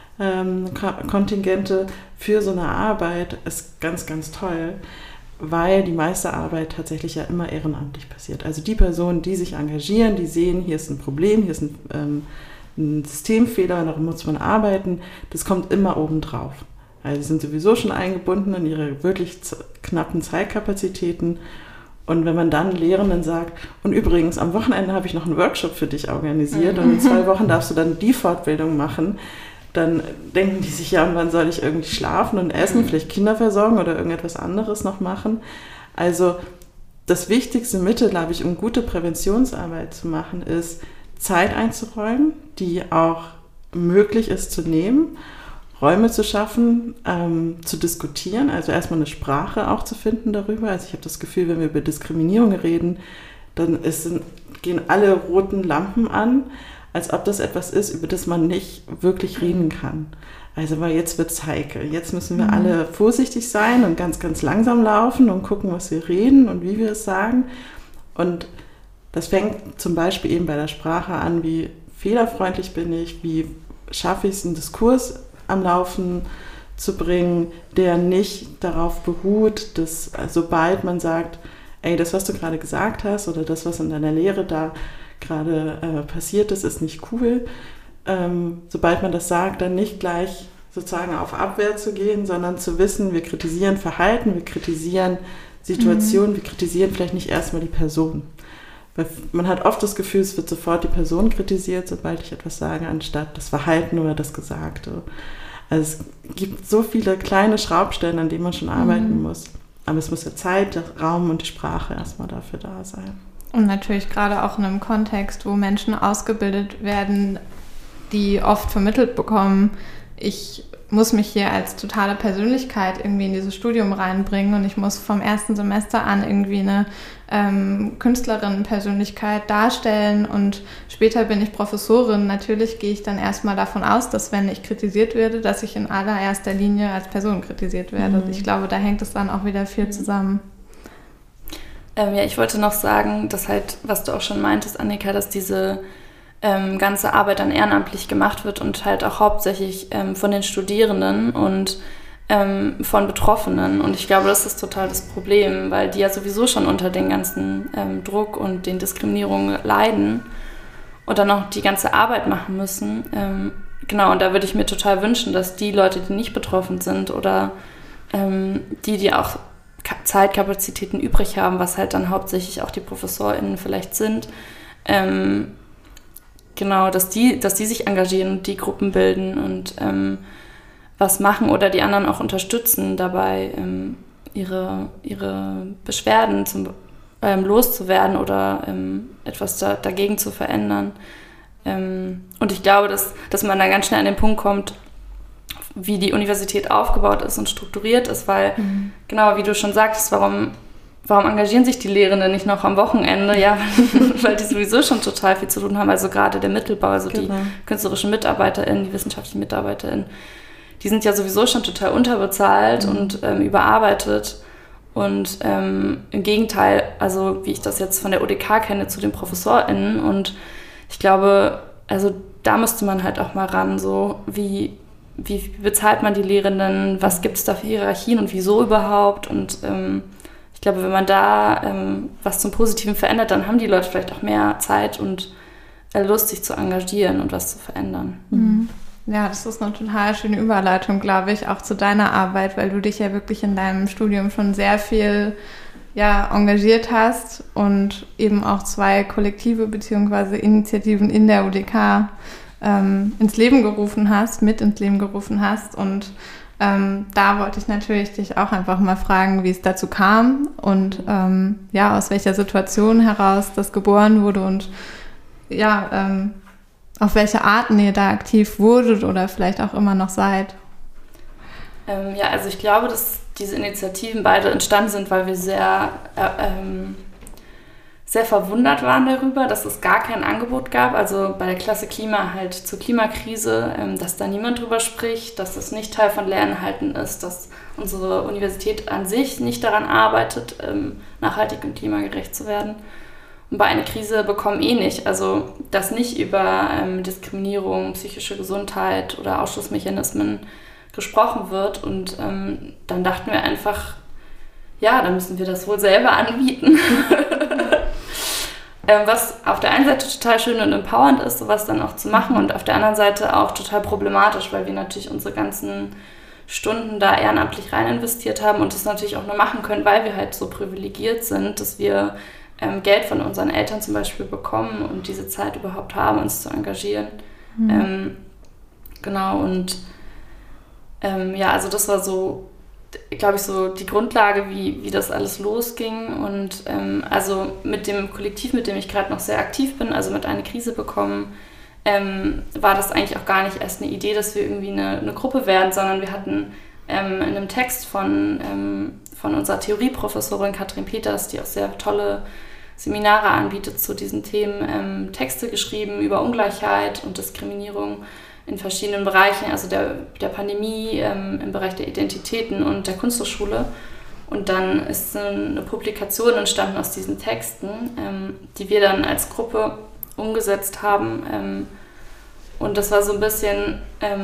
Kontingente für so eine Arbeit ist ganz, ganz toll, weil die meiste Arbeit tatsächlich ja immer ehrenamtlich passiert. Also die Personen, die sich engagieren, die sehen, hier ist ein Problem, hier ist ein Systemfehler, daran muss man arbeiten, das kommt immer obendrauf. Also sie sind sowieso schon eingebunden in ihre wirklich knappen Zeitkapazitäten. Und wenn man dann Lehrenden sagt, und übrigens, am Wochenende habe ich noch einen Workshop für dich organisiert und in 2 Wochen darfst du dann die Fortbildung machen, dann denken die sich, ja, und wann soll ich irgendwie schlafen und essen, vielleicht Kinder versorgen oder irgendetwas anderes noch machen. Also das wichtigste Mittel, glaube ich, um gute Präventionsarbeit zu machen, ist, Zeit einzuräumen, die auch möglich ist zu nehmen, Räume zu schaffen, zu diskutieren, also erstmal eine Sprache auch zu finden darüber. Also ich habe das Gefühl, wenn wir über Diskriminierung reden, dann gehen alle roten Lampen an, als ob das etwas ist, über das man nicht wirklich reden kann. Also weil jetzt wird's heikel. Jetzt müssen wir alle vorsichtig sein und ganz, ganz langsam laufen und gucken, was wir reden und wie wir es sagen. Und das fängt zum Beispiel eben bei der Sprache an, wie fehlerfreundlich bin ich, wie schaffe ich es, einen Diskurs am Laufen zu bringen, der nicht darauf beruht, dass sobald man sagt, ey, das, was du gerade gesagt hast oder das, was in deiner Lehre da gerade passiert ist nicht cool. Sobald man das sagt, dann nicht gleich sozusagen auf Abwehr zu gehen, sondern zu wissen, wir kritisieren Verhalten, wir kritisieren Situationen, wir kritisieren vielleicht nicht erstmal die Person. Weil man hat oft das Gefühl, es wird sofort die Person kritisiert, sobald ich etwas sage, anstatt das Verhalten oder das Gesagte. Also es gibt so viele kleine Schraubstellen, an denen man schon arbeiten muss. Aber es muss ja Zeit, der Raum und die Sprache erstmal dafür da sein. Und natürlich gerade auch in einem Kontext, wo Menschen ausgebildet werden, die oft vermittelt bekommen, ich muss mich hier als totale Persönlichkeit irgendwie in dieses Studium reinbringen und ich muss vom ersten Semester an irgendwie eine Künstlerinnen-Persönlichkeit darstellen und später bin ich Professorin. Natürlich gehe ich dann erstmal davon aus, dass wenn ich kritisiert werde, dass ich in allererster Linie als Person kritisiert werde. Und ich glaube, da hängt es dann auch wieder viel zusammen. Ja, ich wollte noch sagen, dass halt, was du auch schon meintest, Annika, dass diese ganze Arbeit dann ehrenamtlich gemacht wird und halt auch hauptsächlich von den Studierenden und von Betroffenen. Und ich glaube, das ist total das Problem, weil die ja sowieso schon unter den ganzen Druck und den Diskriminierungen leiden und dann auch die ganze Arbeit machen müssen. Genau, und da würde ich mir total wünschen, dass die Leute, die nicht betroffen sind oder die auch Zeitkapazitäten übrig haben, was halt dann hauptsächlich auch die ProfessorInnen vielleicht sind, genau, dass die sich engagieren und die Gruppen bilden und was machen oder die anderen auch unterstützen dabei, ihre Beschwerden loszuwerden oder etwas dagegen zu verändern. Und ich glaube, dass man da ganz schnell an den Punkt kommt, wie die Universität aufgebaut ist und strukturiert ist, weil, genau, wie du schon sagtest, warum engagieren sich die Lehrenden nicht noch am Wochenende? Ja, weil die sowieso schon total viel zu tun haben, also gerade der Mittelbau, also die künstlerischen MitarbeiterInnen, die wissenschaftlichen MitarbeiterInnen, die sind ja sowieso schon total unterbezahlt und überarbeitet und im Gegenteil, also wie ich das jetzt von der UDK kenne, zu den ProfessorInnen und ich glaube, also da müsste man halt auch mal ran, so wie bezahlt man die Lehrenden, was gibt es da für Hierarchien und wieso überhaupt und ich glaube, wenn man da was zum Positiven verändert, dann haben die Leute vielleicht auch mehr Zeit und Lust, sich zu engagieren und was zu verändern. Ja, das ist eine total schöne Überleitung, glaube ich, auch zu deiner Arbeit, weil du dich ja wirklich in deinem Studium schon sehr viel engagiert hast und eben auch 2 Kollektive bzw. Initiativen in der UDK ins Leben gerufen hast und da wollte ich natürlich dich auch einfach mal fragen, wie es dazu kam und aus welcher Situation heraus das geboren wurde und auf welche Arten ihr da aktiv wurdet oder vielleicht auch immer noch seid. Ja, also ich glaube, dass diese Initiativen beide entstanden sind, weil wir sehr verwundert waren darüber, dass es gar kein Angebot gab. Also bei der Klasse Klima halt zur Klimakrise, dass da niemand drüber spricht, dass das nicht Teil von Lehrinhalten ist, dass unsere Universität an sich nicht daran arbeitet, nachhaltig und klimagerecht zu werden. Und bei einer Krise bekommen nicht. Also dass nicht über Diskriminierung, psychische Gesundheit oder Ausschlussmechanismen gesprochen wird. Und dann dachten wir einfach, ja, dann müssen wir das wohl selber anbieten. Was auf der einen Seite total schön und empowernd ist, sowas dann auch zu machen, und auf der anderen Seite auch total problematisch, weil wir natürlich unsere ganzen Stunden da ehrenamtlich rein investiert haben und das natürlich auch nur machen können, weil wir halt so privilegiert sind, dass wir Geld von unseren Eltern zum Beispiel bekommen und diese Zeit überhaupt haben, uns zu engagieren. Genau, und ja, also das war so, glaube ich, so die Grundlage, wie das alles losging. Und also mit dem Kollektiv, mit dem ich gerade noch sehr aktiv bin, also mit Eine Krise bekommen, war das eigentlich auch gar nicht erst eine Idee, dass wir irgendwie eine Gruppe werden, sondern wir hatten in einem Text von unserer Theorieprofessorin Katrin Peters, die auch sehr tolle Seminare anbietet zu diesen Themen, Texte geschrieben über Ungleichheit und Diskriminierung in verschiedenen Bereichen, also der Pandemie, im Bereich der Identitäten und der Kunsthochschule. Und dann ist eine Publikation entstanden aus diesen Texten, die wir dann als Gruppe umgesetzt haben. Und das war so ein bisschen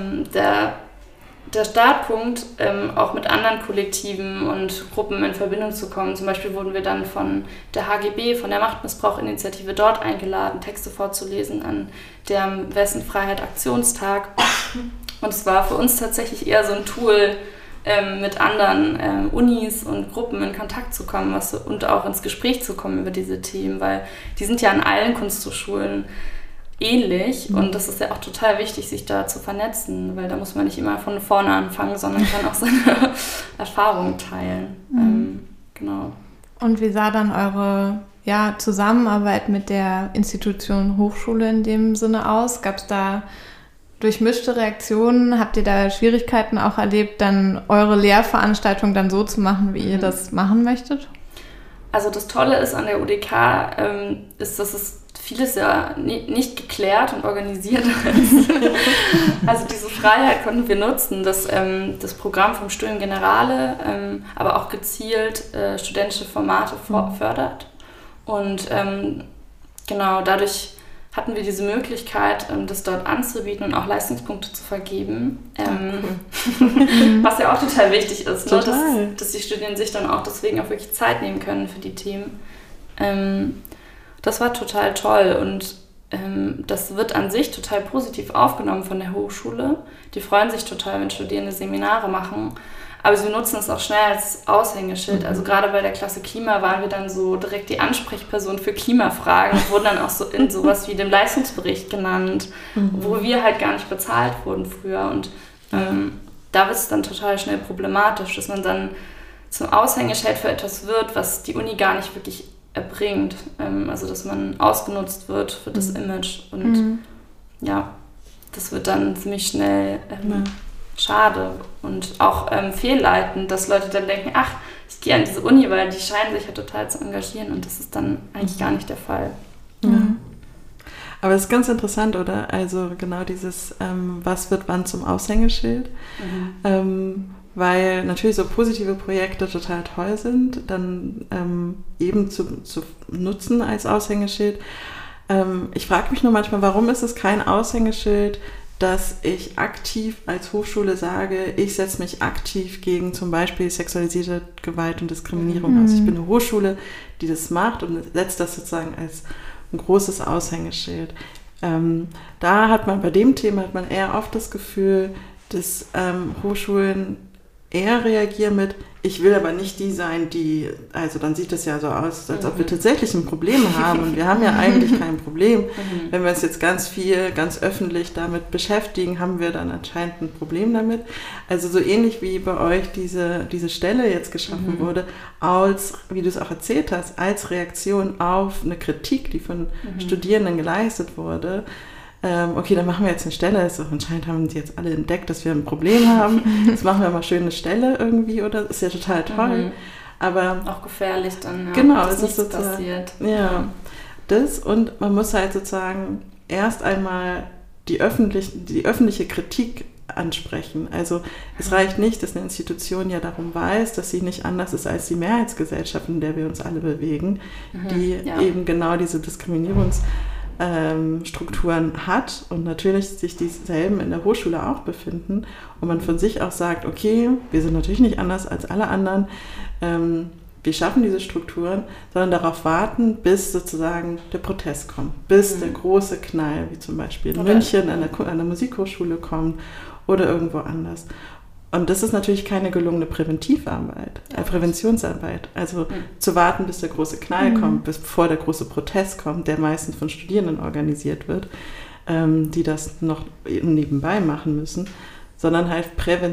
der Startpunkt, auch mit anderen Kollektiven und Gruppen in Verbindung zu kommen. Zum Beispiel wurden wir dann von der HGB, von der Machtmissbrauch-Initiative, dort eingeladen, Texte vorzulesen an dem Wessenfreiheit-Aktionstag. Und es war für uns tatsächlich eher so ein Tool, mit anderen Unis und Gruppen in Kontakt zu kommen und auch ins Gespräch zu kommen über diese Themen, weil die sind ja an allen Kunsthochschulen ähnlich und das ist ja auch total wichtig, sich da zu vernetzen, weil da muss man nicht immer von vorne anfangen, sondern kann auch seine Erfahrungen teilen. Genau. Und wie sah dann eure Zusammenarbeit mit der Institution Hochschule in dem Sinne aus? Gab es da durchmischte Reaktionen? Habt ihr da Schwierigkeiten auch erlebt, dann eure Lehrveranstaltung dann so zu machen, wie ihr das machen möchtet? Also das Tolle ist an der UDK, ist, dass es vieles ja nicht geklärt und organisiert ist. Also diese Freiheit konnten wir nutzen, dass das Programm vom Studium Generale aber auch gezielt studentische Formate fördert. Und genau, dadurch hatten wir diese Möglichkeit, das dort anzubieten und auch Leistungspunkte zu vergeben. Was ja auch total wichtig ist, ne? Dass die Studierenden sich dann auch deswegen auch wirklich Zeit nehmen können für die Themen. Das war total toll und das wird an sich total positiv aufgenommen von der Hochschule. Die freuen sich total, wenn Studierende Seminare machen. Aber sie nutzen es auch schnell als Aushängeschild. Also gerade bei der Klasse Klima waren wir dann so direkt die Ansprechperson für Klimafragen und wurden dann auch so in sowas wie dem Leistungsbericht genannt, wo wir halt gar nicht bezahlt wurden früher. Und da wird es dann total schnell problematisch, dass man dann zum Aushängeschild für etwas wird, was die Uni gar nicht wirklich erbringt. Also dass man ausgenutzt wird für das Image. Und ja, das wird dann ziemlich schnell schade und auch fehlleitend, dass Leute dann denken, ach, ich gehe an diese Uni, weil die scheinen sich ja total zu engagieren und das ist dann eigentlich gar nicht der Fall. Ja. Aber es ist ganz interessant, oder? Also genau dieses, was wird wann zum Aushängeschild? Weil natürlich so positive Projekte total toll sind, dann eben zu nutzen als Aushängeschild. Ich frage mich nur manchmal, warum ist es kein Aushängeschild, dass ich aktiv als Hochschule sage, ich setze mich aktiv gegen zum Beispiel sexualisierte Gewalt und Diskriminierung aus. Ich bin eine Hochschule, die das macht und setzt das sozusagen als ein großes Aushängeschild. Da hat man bei dem Thema eher oft das Gefühl, dass Hochschulen eher reagieren mit, ich will aber nicht die sein, die, also dann sieht es ja so aus, als ob wir tatsächlich ein Problem haben und wir haben ja eigentlich kein Problem. Wenn wir uns jetzt ganz öffentlich damit beschäftigen, haben wir dann anscheinend ein Problem damit. Also so ähnlich wie bei euch diese Stelle jetzt geschaffen wurde, als, wie du es auch erzählt hast, als Reaktion auf eine Kritik, die von Studierenden geleistet wurde, okay, dann machen wir jetzt eine Stelle. Also anscheinend haben die jetzt alle entdeckt, dass wir ein Problem haben. Jetzt machen wir mal schön eine Stelle irgendwie, oder? Das ist ja total toll. Aber auch gefährlich dann, genau, dass es ist nichts sozusagen, passiert. Ja, das, und man muss halt sozusagen erst einmal die öffentliche Kritik ansprechen. Also es reicht nicht, dass eine Institution ja darum weiß, dass sie nicht anders ist als die Mehrheitsgesellschaft, in der wir uns alle bewegen, die eben genau diese Diskriminierungsstrukturen hat und natürlich sich dieselben in der Hochschule auch befinden und man von sich auch sagt, okay, wir sind natürlich nicht anders als alle anderen, wir schaffen diese Strukturen, sondern darauf warten, bis sozusagen der Protest kommt, bis der große Knall, wie zum Beispiel in München an der Musikhochschule kommt oder irgendwo anders. Und das ist natürlich keine gelungene Präventionsarbeit. Also zu warten, bis der große Knall kommt, bevor der große Protest kommt, der meistens von Studierenden organisiert wird, die das noch nebenbei machen müssen, sondern halt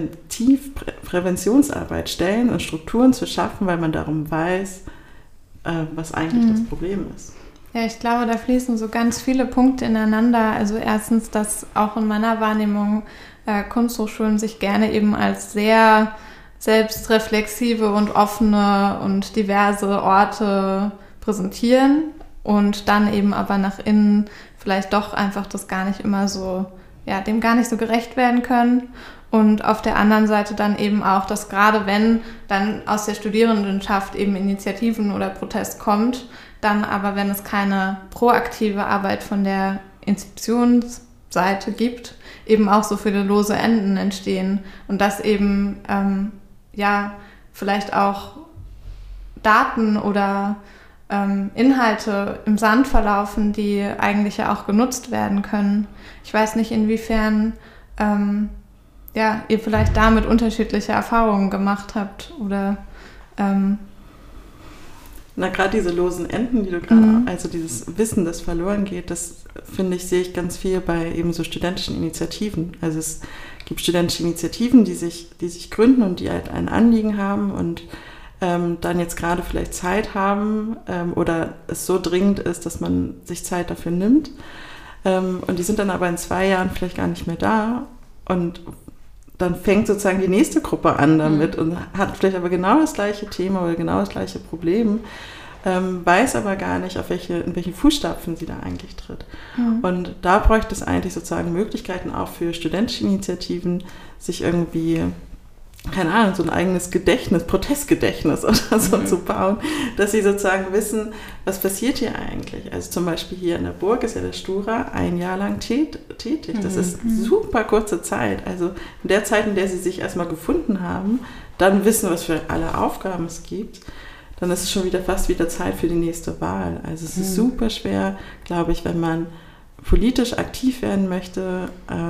Präventionsarbeit, Stellen und Strukturen zu schaffen, weil man darum weiß, was eigentlich das Problem ist. Ja, ich glaube, da fließen so ganz viele Punkte ineinander. Also erstens, dass auch in meiner Wahrnehmung Kunsthochschulen sich gerne eben als sehr selbstreflexive und offene und diverse Orte präsentieren und dann eben aber nach innen vielleicht doch einfach das gar nicht immer so, dem gar nicht so gerecht werden können. Und auf der anderen Seite dann eben auch, dass gerade wenn dann aus der Studierendenschaft eben Initiativen oder Protest kommt, dann aber, wenn es keine proaktive Arbeit von der Institutionsseite gibt, eben auch so viele lose Enden entstehen und dass eben vielleicht auch Daten oder Inhalte im Sand verlaufen, die eigentlich ja auch genutzt werden können. Ich weiß nicht, inwiefern ihr vielleicht damit unterschiedliche Erfahrungen gemacht habt oder gerade diese losen Enden, die du gerade, also dieses Wissen, das verloren geht, das finde ich, sehe ich ganz viel bei eben so studentischen Initiativen. Also es gibt studentische Initiativen, die sich gründen und die halt ein Anliegen haben und dann jetzt gerade vielleicht Zeit haben oder es so dringend ist, dass man sich Zeit dafür nimmt. Und die sind dann aber in 2 Jahren vielleicht gar nicht mehr da und dann fängt sozusagen die nächste Gruppe an damit und hat vielleicht aber genau das gleiche Thema oder genau das gleiche Problem, weiß aber gar nicht, in welchen Fußstapfen sie da eigentlich tritt. Und da bräuchte es eigentlich sozusagen Möglichkeiten auch für studentische Initiativen, sich irgendwie, keine Ahnung, so ein eigenes Gedächtnis, Protestgedächtnis oder so zu bauen, dass sie sozusagen wissen, was passiert hier eigentlich. Also zum Beispiel hier in der Burg ist ja der Stura 1 Jahr lang tätig. Das ist super kurze Zeit. Also in der Zeit, in der sie sich erstmal gefunden haben, dann wissen, was für alle Aufgaben es gibt, dann ist es schon fast wieder Zeit für die nächste Wahl. Also es ist super schwer, glaube ich, wenn man politisch aktiv werden möchte,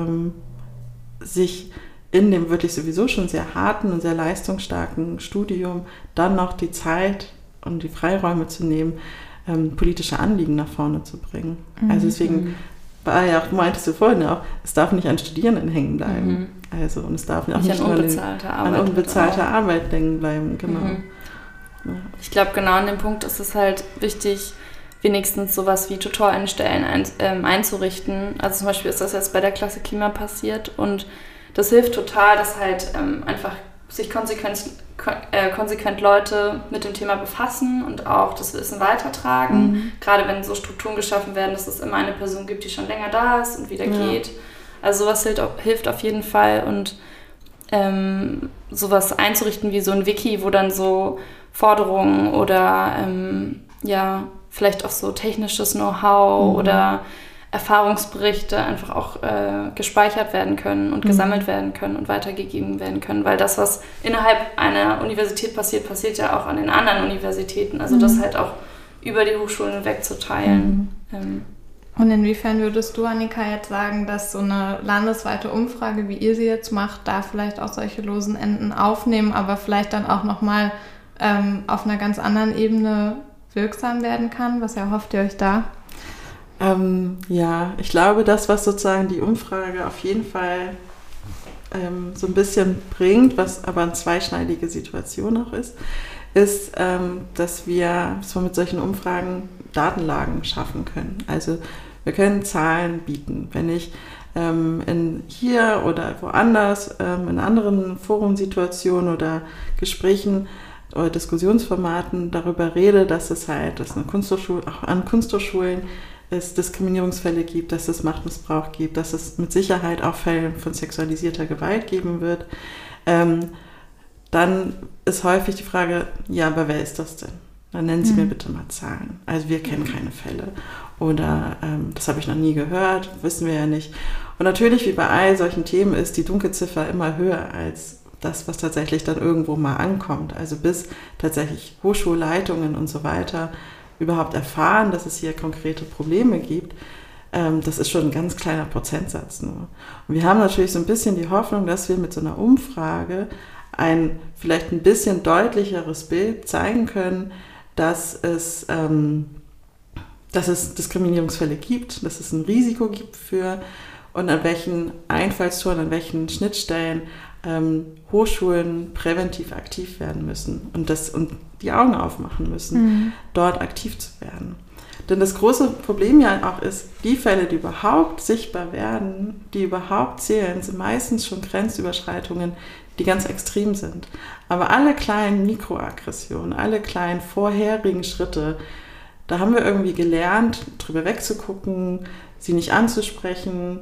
sich in dem wirklich sowieso schon sehr harten und sehr leistungsstarken Studium dann noch die Zeit und die Freiräume zu nehmen, politische Anliegen nach vorne zu bringen. Also deswegen war ja auch, meintest du vorhin auch, es darf nicht an Studierenden hängen bleiben. Also, und es darf auch nicht an unbezahlte Arbeit hängen bleiben, genau. Ja. Ich glaube, genau an dem Punkt ist es halt wichtig, wenigstens sowas wie Tutorenstellen einzurichten. Also zum Beispiel ist das jetzt bei der Klasse Klima passiert und das hilft total, dass halt einfach sich konsequent Leute mit dem Thema befassen und auch das Wissen weitertragen. Gerade wenn so Strukturen geschaffen werden, dass es immer eine Person gibt, die schon länger da ist und wieder geht. Also sowas hilft auf jeden Fall und sowas einzurichten wie so ein Wiki, wo dann so Forderungen oder vielleicht auch so technisches Know-how oder Erfahrungsberichte einfach auch gespeichert werden können und gesammelt werden können und weitergegeben werden können, weil das, was innerhalb einer Universität passiert ja auch an den anderen Universitäten, also das halt auch über die Hochschulen hinweg zu teilen. Und inwiefern würdest du, Annika, jetzt sagen, dass so eine landesweite Umfrage, wie ihr sie jetzt macht, da vielleicht auch solche losen Enden aufnehmen, aber vielleicht dann auch nochmal auf einer ganz anderen Ebene wirksam werden kann? Was erhofft ihr euch da? Ich glaube, das, was sozusagen die Umfrage auf jeden Fall so ein bisschen bringt, was aber eine zweischneidige Situation auch ist, dass wir mit solchen Umfragen Datenlagen schaffen können. Also Wir können Zahlen bieten. Wenn ich hier oder woanders in anderen Forumsituationen oder Gesprächen oder Diskussionsformaten darüber rede, dass es halt, dass auch an Kunsthochschulen es Diskriminierungsfälle gibt, dass es Machtmissbrauch gibt, dass es mit Sicherheit auch Fälle von sexualisierter Gewalt geben wird, dann ist häufig die Frage, ja, aber wer ist das denn? Dann nennen Sie mir bitte mal Zahlen. Also wir kennen keine Fälle. Oder das habe ich noch nie gehört, wissen wir ja nicht. Und natürlich, wie bei all solchen Themen, ist die Dunkelziffer immer höher als das, was tatsächlich dann irgendwo mal ankommt. Also bis tatsächlich Hochschulleitungen und so weiter überhaupt erfahren, dass es hier konkrete Probleme gibt, das ist schon ein ganz kleiner Prozentsatz nur. Und wir haben natürlich so ein bisschen die Hoffnung, dass wir mit so einer Umfrage ein vielleicht ein bisschen deutlicheres Bild zeigen können, dass es Diskriminierungsfälle gibt, dass es ein Risiko gibt für und an welchen Einfallstoren, an welchen Schnittstellen Hochschulen präventiv aktiv werden müssen und die Augen aufmachen müssen, dort aktiv zu werden. Denn das große Problem ja auch ist, die Fälle, die überhaupt sichtbar werden, die überhaupt zählen, sind meistens schon Grenzüberschreitungen, die ganz extrem sind. Aber alle kleinen Mikroaggressionen, alle kleinen vorherigen Schritte, da haben wir irgendwie gelernt, drüber wegzugucken, sie nicht anzusprechen,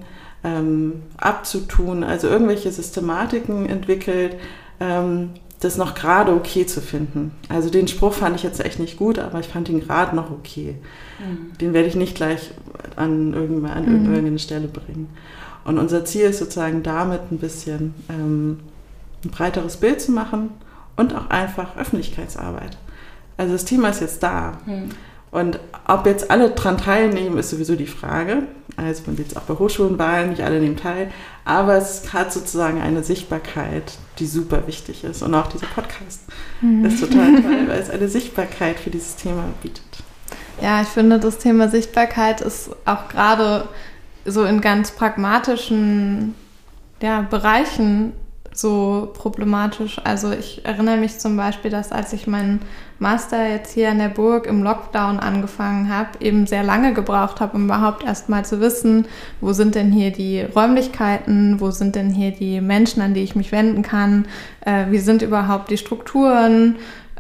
abzutun, also irgendwelche Systematiken entwickelt, das noch gerade okay zu finden. Also den Spruch fand ich jetzt echt nicht gut, aber ich fand ihn gerade noch okay. Den werde ich nicht gleich an irgendeine Stelle bringen. Und unser Ziel ist sozusagen damit ein bisschen ein breiteres Bild zu machen und auch einfach Öffentlichkeitsarbeit. Also das Thema ist jetzt da. Und ob jetzt alle dran teilnehmen, ist sowieso die Frage. Also man sieht es auch bei Hochschulenwahlen, nicht alle nehmen teil. Aber es hat sozusagen eine Sichtbarkeit, die super wichtig ist. Und auch dieser Podcast ist total toll, weil es eine Sichtbarkeit für dieses Thema bietet. Ja, ich finde, das Thema Sichtbarkeit ist auch gerade so in ganz pragmatischen Bereichen so problematisch. Also ich erinnere mich zum Beispiel, dass als ich meinen Master jetzt hier in der Burg im Lockdown angefangen habe, eben sehr lange gebraucht habe, um überhaupt erst mal zu wissen, wo sind denn hier die Räumlichkeiten, wo sind denn hier die Menschen, an die ich mich wenden kann, wie sind überhaupt die Strukturen,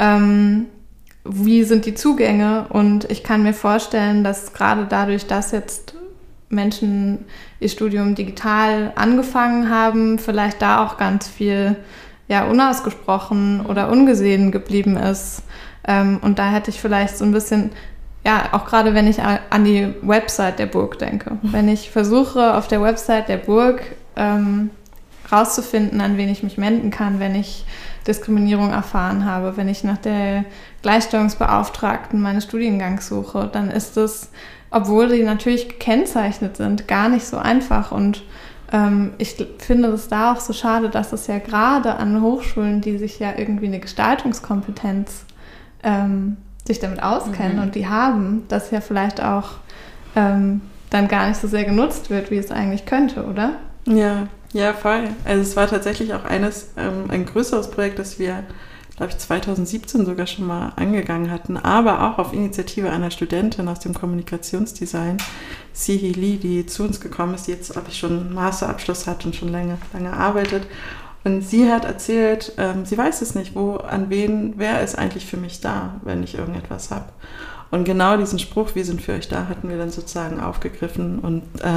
wie sind die Zugänge, und ich kann mir vorstellen, dass gerade dadurch, dass jetzt Menschen ihr Studium digital angefangen haben, vielleicht da auch ganz viel unausgesprochen oder ungesehen geblieben ist. Und da hätte ich vielleicht so ein bisschen, auch gerade wenn ich an die Website der Burg denke, wenn ich versuche, auf der Website der Burg rauszufinden, an wen ich mich wenden kann, wenn ich Diskriminierung erfahren habe, wenn ich nach der Gleichstellungsbeauftragten meines Studiengangs suche, dann ist es, obwohl die natürlich gekennzeichnet sind, gar nicht so einfach. Und ich finde es da auch so schade, dass es ja gerade an Hochschulen, die sich ja irgendwie eine Gestaltungskompetenz sich damit auskennen und die haben, das ja vielleicht auch dann gar nicht so sehr genutzt wird, wie es eigentlich könnte, oder? Ja, voll. Also es war tatsächlich auch ein größeres Projekt, das wir, glaube ich, 2017 sogar schon mal angegangen hatten, aber auch auf Initiative einer Studentin aus dem Kommunikationsdesign, Sihi Lee, die zu uns gekommen ist, die jetzt, glaube ich, schon einen Masterabschluss hat und schon lange arbeitet. Und sie hat erzählt, sie weiß es nicht, wer ist eigentlich für mich da, wenn ich irgendetwas habe. Und genau diesen Spruch, wir sind für euch da, hatten wir dann sozusagen aufgegriffen und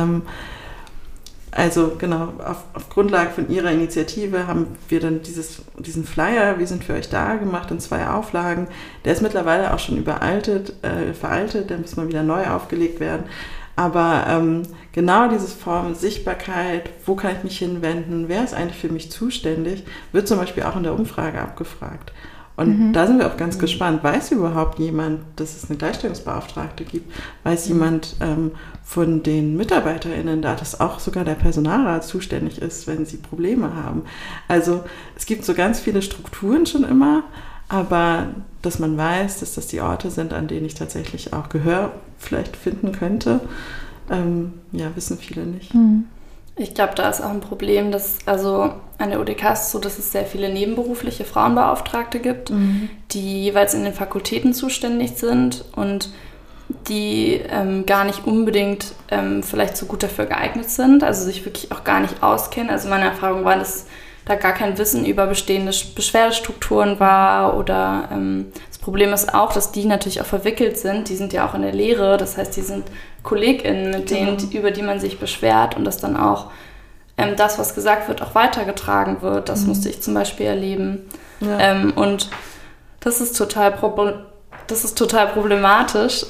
also genau, auf Grundlage von ihrer Initiative haben wir dann diesen Flyer, wir sind für euch da, gemacht in 2 Auflagen. Der ist mittlerweile auch schon veraltet, der muss mal wieder neu aufgelegt werden. Aber genau diese Form Sichtbarkeit, wo kann ich mich hinwenden, wer ist eigentlich für mich zuständig, wird zum Beispiel auch in der Umfrage abgefragt. Und da sind wir auch ganz gespannt. Weiß überhaupt jemand, dass es eine Gleichstellungsbeauftragte gibt? Weiß jemand von den MitarbeiterInnen da, dass auch sogar der Personalrat zuständig ist, wenn sie Probleme haben? Also es gibt so ganz viele Strukturen schon immer, aber dass man weiß, dass das die Orte sind, an denen ich tatsächlich auch Gehör vielleicht finden könnte, wissen viele nicht. Ich glaube, da ist auch ein Problem, dass an der UDK ist es so, dass es sehr viele nebenberufliche Frauenbeauftragte gibt, die jeweils in den Fakultäten zuständig sind, und die gar nicht unbedingt vielleicht so gut dafür geeignet sind, also sich wirklich auch gar nicht auskennen. Also meine Erfahrung war, dass da gar kein Wissen über bestehende Beschwerdestrukturen war oder das Problem ist auch, dass die natürlich auch verwickelt sind. Die sind ja auch in der Lehre, das heißt, die sind KollegInnen, mit denen, über die man sich beschwert und dass dann auch das, was gesagt wird, auch weitergetragen wird. Das musste ich zum Beispiel erleben. Ja. Und das ist total problematisch.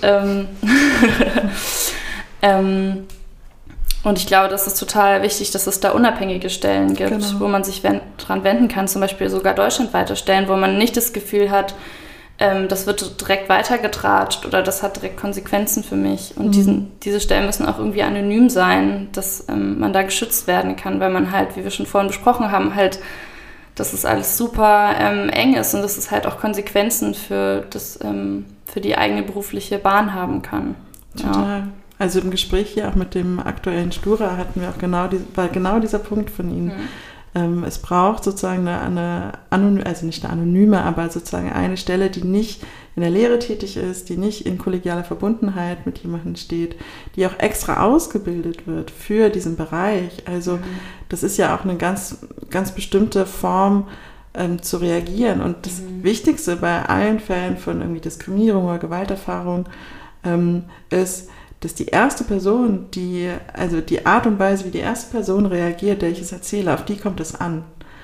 Und ich glaube, das ist total wichtig, dass es da unabhängige Stellen gibt, wo man sich dran wenden kann, zum Beispiel sogar deutschlandweite Stellen, wo man nicht das Gefühl hat, das wird direkt weitergetratscht oder das hat direkt Konsequenzen für mich. Und diese Stellen müssen auch irgendwie anonym sein, dass man da geschützt werden kann, weil man halt, wie wir schon vorhin besprochen haben, halt, dass es alles super eng ist und dass es halt auch Konsequenzen für die eigene berufliche Bahn haben kann. Total. Ja. Also im Gespräch hier auch mit dem aktuellen Stura hatten wir auch genau dieser Punkt von Ihnen. Es braucht sozusagen also nicht eine anonyme, aber sozusagen eine Stelle, die nicht in der Lehre tätig ist, die nicht in kollegialer Verbundenheit mit jemandem steht, die auch extra ausgebildet wird für diesen Bereich. Also das ist ja auch eine ganz, ganz bestimmte Form zu reagieren. Und das Wichtigste bei allen Fällen von irgendwie Diskriminierung oder Gewalterfahrung ist, dass die erste Person, also die Art und Weise, wie die erste Person reagiert, der ich es erzähle, auf die kommt es an.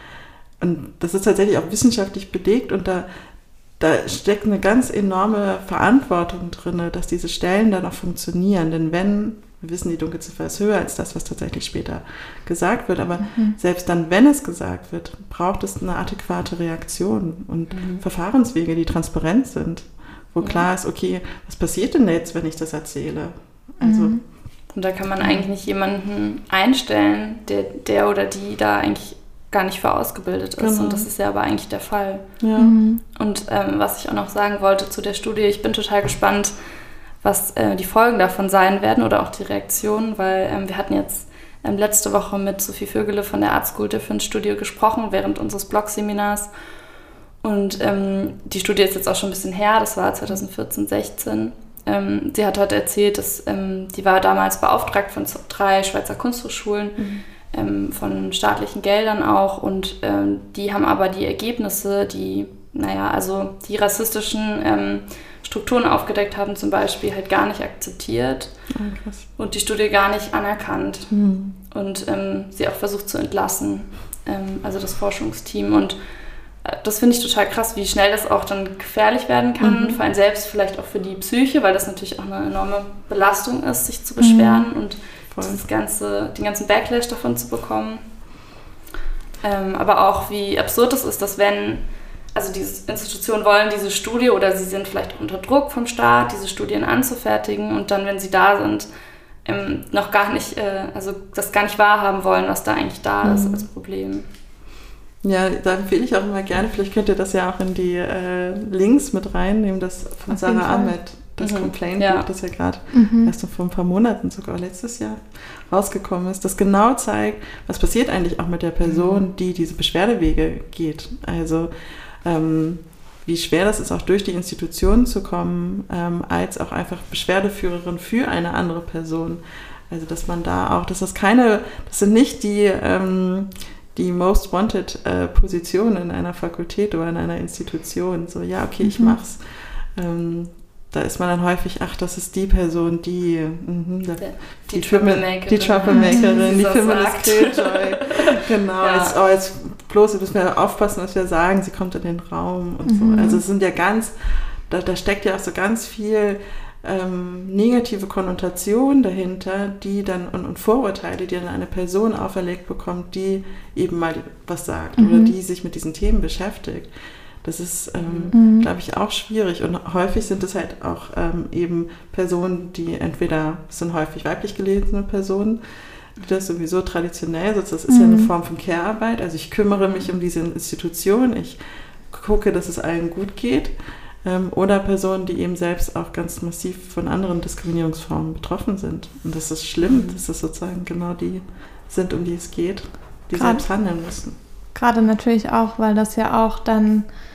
Und das ist tatsächlich auch wissenschaftlich belegt und da steckt eine ganz enorme Verantwortung drin, dass diese Stellen dann auch funktionieren. Denn wir wissen, die Dunkelziffer ist höher als das, was tatsächlich später gesagt wird, aber selbst dann, wenn es gesagt wird, braucht es eine adäquate Reaktion und Verfahrenswege, die transparent sind. Wo klar ist, okay, was passiert denn jetzt, wenn ich das erzähle? Also, und da kann man eigentlich nicht jemanden einstellen, der oder die da eigentlich gar nicht für ausgebildet ist. Genau. Und das ist ja aber eigentlich der Fall. Ja. Und was ich auch noch sagen wollte zu der Studie, ich bin total gespannt, was die Folgen davon sein werden oder auch die Reaktionen, weil wir hatten jetzt letzte Woche mit Sophie Vögele von der Art School Difference Studio gesprochen, während unseres Blog-Seminars. Und die Studie ist jetzt auch schon ein bisschen her, das war 2014, 16. Sie hat heute erzählt, dass die war damals beauftragt von 3 Schweizer Kunsthochschulen, von staatlichen Geldern auch. Und die haben aber die Ergebnisse, die rassistischen Strukturen aufgedeckt haben, zum Beispiel halt gar nicht akzeptiert und die Studie gar nicht anerkannt. Und sie auch versucht zu entlassen, also das Forschungsteam. Und das finde ich total krass, wie schnell das auch dann gefährlich werden kann, für einen selbst, vielleicht auch für die Psyche, weil das natürlich auch eine enorme Belastung ist, sich zu beschweren und den ganzen Backlash davon zu bekommen. Aber auch, wie absurd es ist, dass also diese Institutionen wollen diese Studie oder sie sind vielleicht unter Druck vom Staat, diese Studien anzufertigen und dann, wenn sie da sind, noch gar nicht, also das gar nicht wahrhaben wollen, was da eigentlich da ist als Problem. Ja, da empfehle ich auch immer gerne, vielleicht könnt ihr das ja auch in die Links mit reinnehmen, das von Sarah Ahmed, das Complaint-Buch, das ja gerade erst vor ein paar Monaten, sogar letztes Jahr, rausgekommen ist, das genau zeigt, was passiert eigentlich auch mit der Person, die diese Beschwerdewege geht. Also wie schwer das ist, auch durch die Institutionen zu kommen, als auch einfach Beschwerdeführerin für eine andere Person. Also dass man da auch, das sind nicht die Most Wanted Position in einer Fakultät oder in einer Institution. So, ja, okay, ich mach's. Da ist man dann häufig, das ist die Person, die Troublemakerin, die Feminist Killjoy. Genau, ja. Jetzt bloß müssen wir aufpassen, was wir sagen, sie kommt in den Raum und so. Also es sind ja da steckt ja auch so ganz viel negative Konnotation dahinter, die dann und Vorurteile, die dann eine Person auferlegt bekommt, die eben mal was sagt oder die sich mit diesen Themen beschäftigt. Das ist, glaube ich, auch schwierig und häufig sind es halt auch eben Personen, die entweder, es sind häufig weiblich gelesene Personen, die das sowieso traditionell, das ist ja eine Form von Care-Arbeit, also ich kümmere mich um diese Institution, ich gucke, dass es allen gut geht. Oder Personen, die eben selbst auch ganz massiv von anderen Diskriminierungsformen betroffen sind. Und das ist schlimm, dass das sozusagen genau die sind, um die es geht, die selbst handeln müssen. Gerade natürlich auch, weil das ja auch dann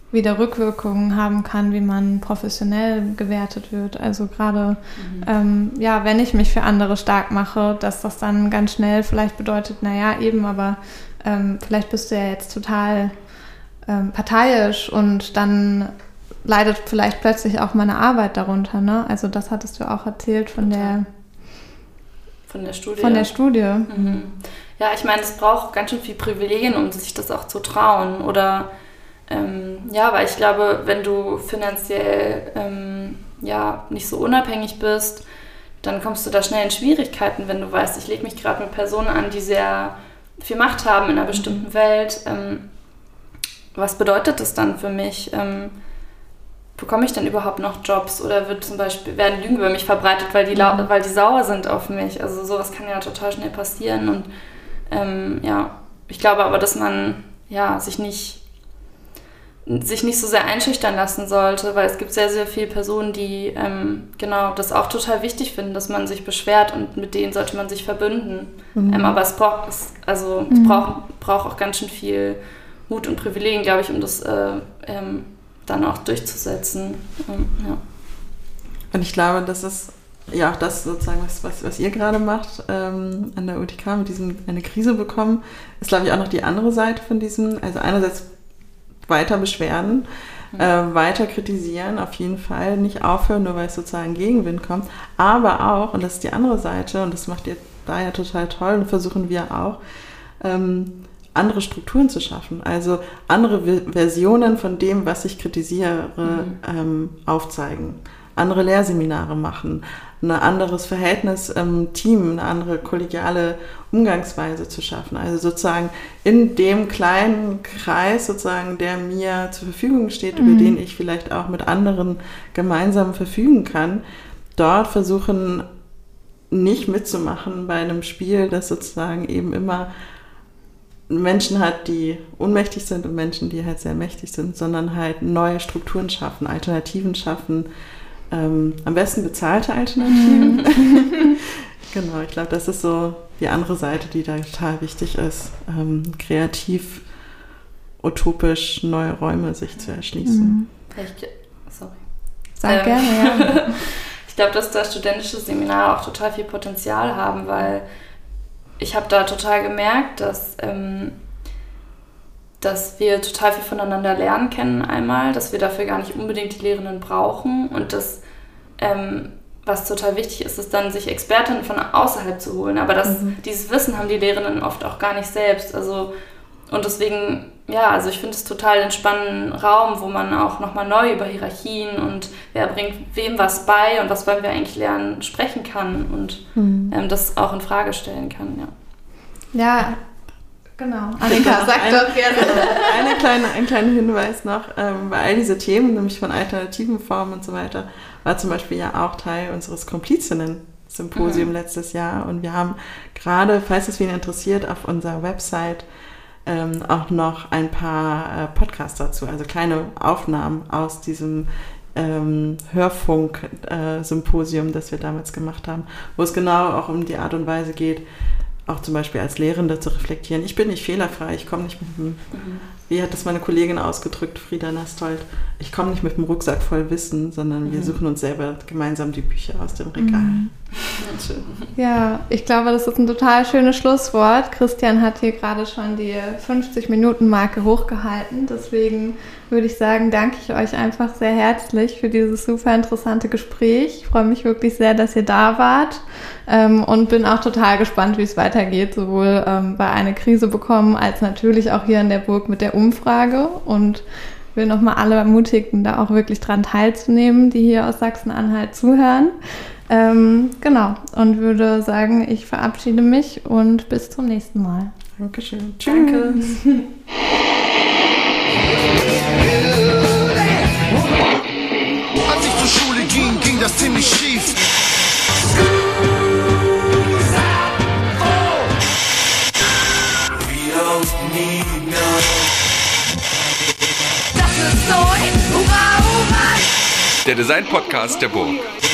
wieder Rückwirkungen haben kann, wie man professionell gewertet wird. Also gerade, wenn ich mich für andere stark mache, dass das dann ganz schnell vielleicht bedeutet, aber vielleicht bist du ja jetzt total parteiisch und dann leidet vielleicht plötzlich auch meine Arbeit darunter, ne? Also das hattest du auch erzählt von der Studie. Mhm. Ja, ich meine, es braucht ganz schön viel Privilegien, um sich das auch zu trauen. Oder weil ich glaube, wenn du finanziell nicht so unabhängig bist, dann kommst du da schnell in Schwierigkeiten, wenn du weißt, ich lege mich gerade mit Personen an, die sehr viel Macht haben in einer bestimmten Welt. Was bedeutet das dann für mich? Bekomme ich denn überhaupt noch Jobs oder werden Lügen über mich verbreitet, weil die sauer sind auf mich? Also sowas kann ja total schnell passieren und ich glaube aber, dass man sich nicht so sehr einschüchtern lassen sollte, weil es gibt sehr, sehr viele Personen, die das auch total wichtig finden, dass man sich beschwert und mit denen sollte man sich verbünden. Aber es braucht auch ganz schön viel Mut und Privilegien, glaube ich, um das dann auch durchzusetzen. Und ich glaube, das ist ja auch das sozusagen, was ihr gerade macht an der UTK mit diesem eine Krise bekommen, ist, glaube ich, auch noch die andere Seite von diesem, also einerseits weiter beschweren, weiter kritisieren, auf jeden Fall, nicht aufhören, nur weil es sozusagen Gegenwind kommt, aber auch, und das ist die andere Seite, und das macht ihr da ja total toll, und versuchen wir auch, andere Strukturen zu schaffen, also andere Versionen von dem, was ich kritisiere, aufzeigen, andere Lehrseminare machen, ein anderes Verhältnis im Team, eine andere kollegiale Umgangsweise zu schaffen. Also sozusagen in dem kleinen Kreis sozusagen, der mir zur Verfügung steht, über den ich vielleicht auch mit anderen gemeinsam verfügen kann, dort versuchen nicht mitzumachen bei einem Spiel, das sozusagen eben immer Menschen hat, die ohnmächtig sind und Menschen, die halt sehr mächtig sind, sondern halt neue Strukturen schaffen, Alternativen schaffen, am besten bezahlte Alternativen. Genau, ich glaube, das ist so die andere Seite, die da total wichtig ist, kreativ, utopisch neue Räume sich zu erschließen. Sag gerne, ja. Ich glaube, dass da studentische Seminare auch total viel Potenzial haben, weil ich habe da total gemerkt, dass wir total viel voneinander lernen können einmal, dass wir dafür gar nicht unbedingt die Lehrenden brauchen und dass, was total wichtig ist, ist dann, sich Expertinnen von außerhalb zu holen. Aber dieses Wissen haben die Lehrenden oft auch gar nicht selbst. Also, und deswegen, also ich finde es total einen spannenden Raum, wo man auch nochmal neu über Hierarchien und wer bringt wem was bei und was wollen wir eigentlich lernen, sprechen kann und das auch in Frage stellen kann. Ja, genau. Annika, sag doch gerne. Ein kleiner Hinweis noch, bei all diese Themen, nämlich von alternativen Formen und so weiter, war zum Beispiel ja auch Teil unseres Komplizinnen-Symposium letztes Jahr und wir haben gerade, falls es wen interessiert, auf unserer Website auch noch ein paar Podcasts dazu, also kleine Aufnahmen aus diesem Hörfunk-Symposium, das wir damals gemacht haben, wo es genau auch um die Art und Weise geht, auch zum Beispiel als Lehrende zu reflektieren. Ich bin nicht fehlerfrei, ich komme nicht mit dem, wie hat das meine Kollegin ausgedrückt, Frieda Nastold, ich komme nicht mit dem Rucksack voll Wissen, sondern wir suchen uns selber gemeinsam die Bücher aus dem Regal. Ja, ich glaube, das ist ein total schönes Schlusswort. Christian hat hier gerade schon die 50-Minuten-Marke hochgehalten, deswegen würde ich sagen, danke ich euch einfach sehr herzlich für dieses super interessante Gespräch. Ich freue mich wirklich sehr, dass ihr da wart und bin auch total gespannt, wie es weitergeht, sowohl bei Eine Krise bekommen, als natürlich auch hier in der Burg mit der Umfrage und will nochmal alle ermutigen, da auch wirklich dran teilzunehmen, die hier aus Sachsen-Anhalt zuhören. Genau, und würde sagen, ich verabschiede mich und bis zum nächsten Mal. Dankeschön. Danke. Als ich zur Schule ging das ziemlich schief. Das ist neu, hurra, hurra! Der Design-Podcast der Burg.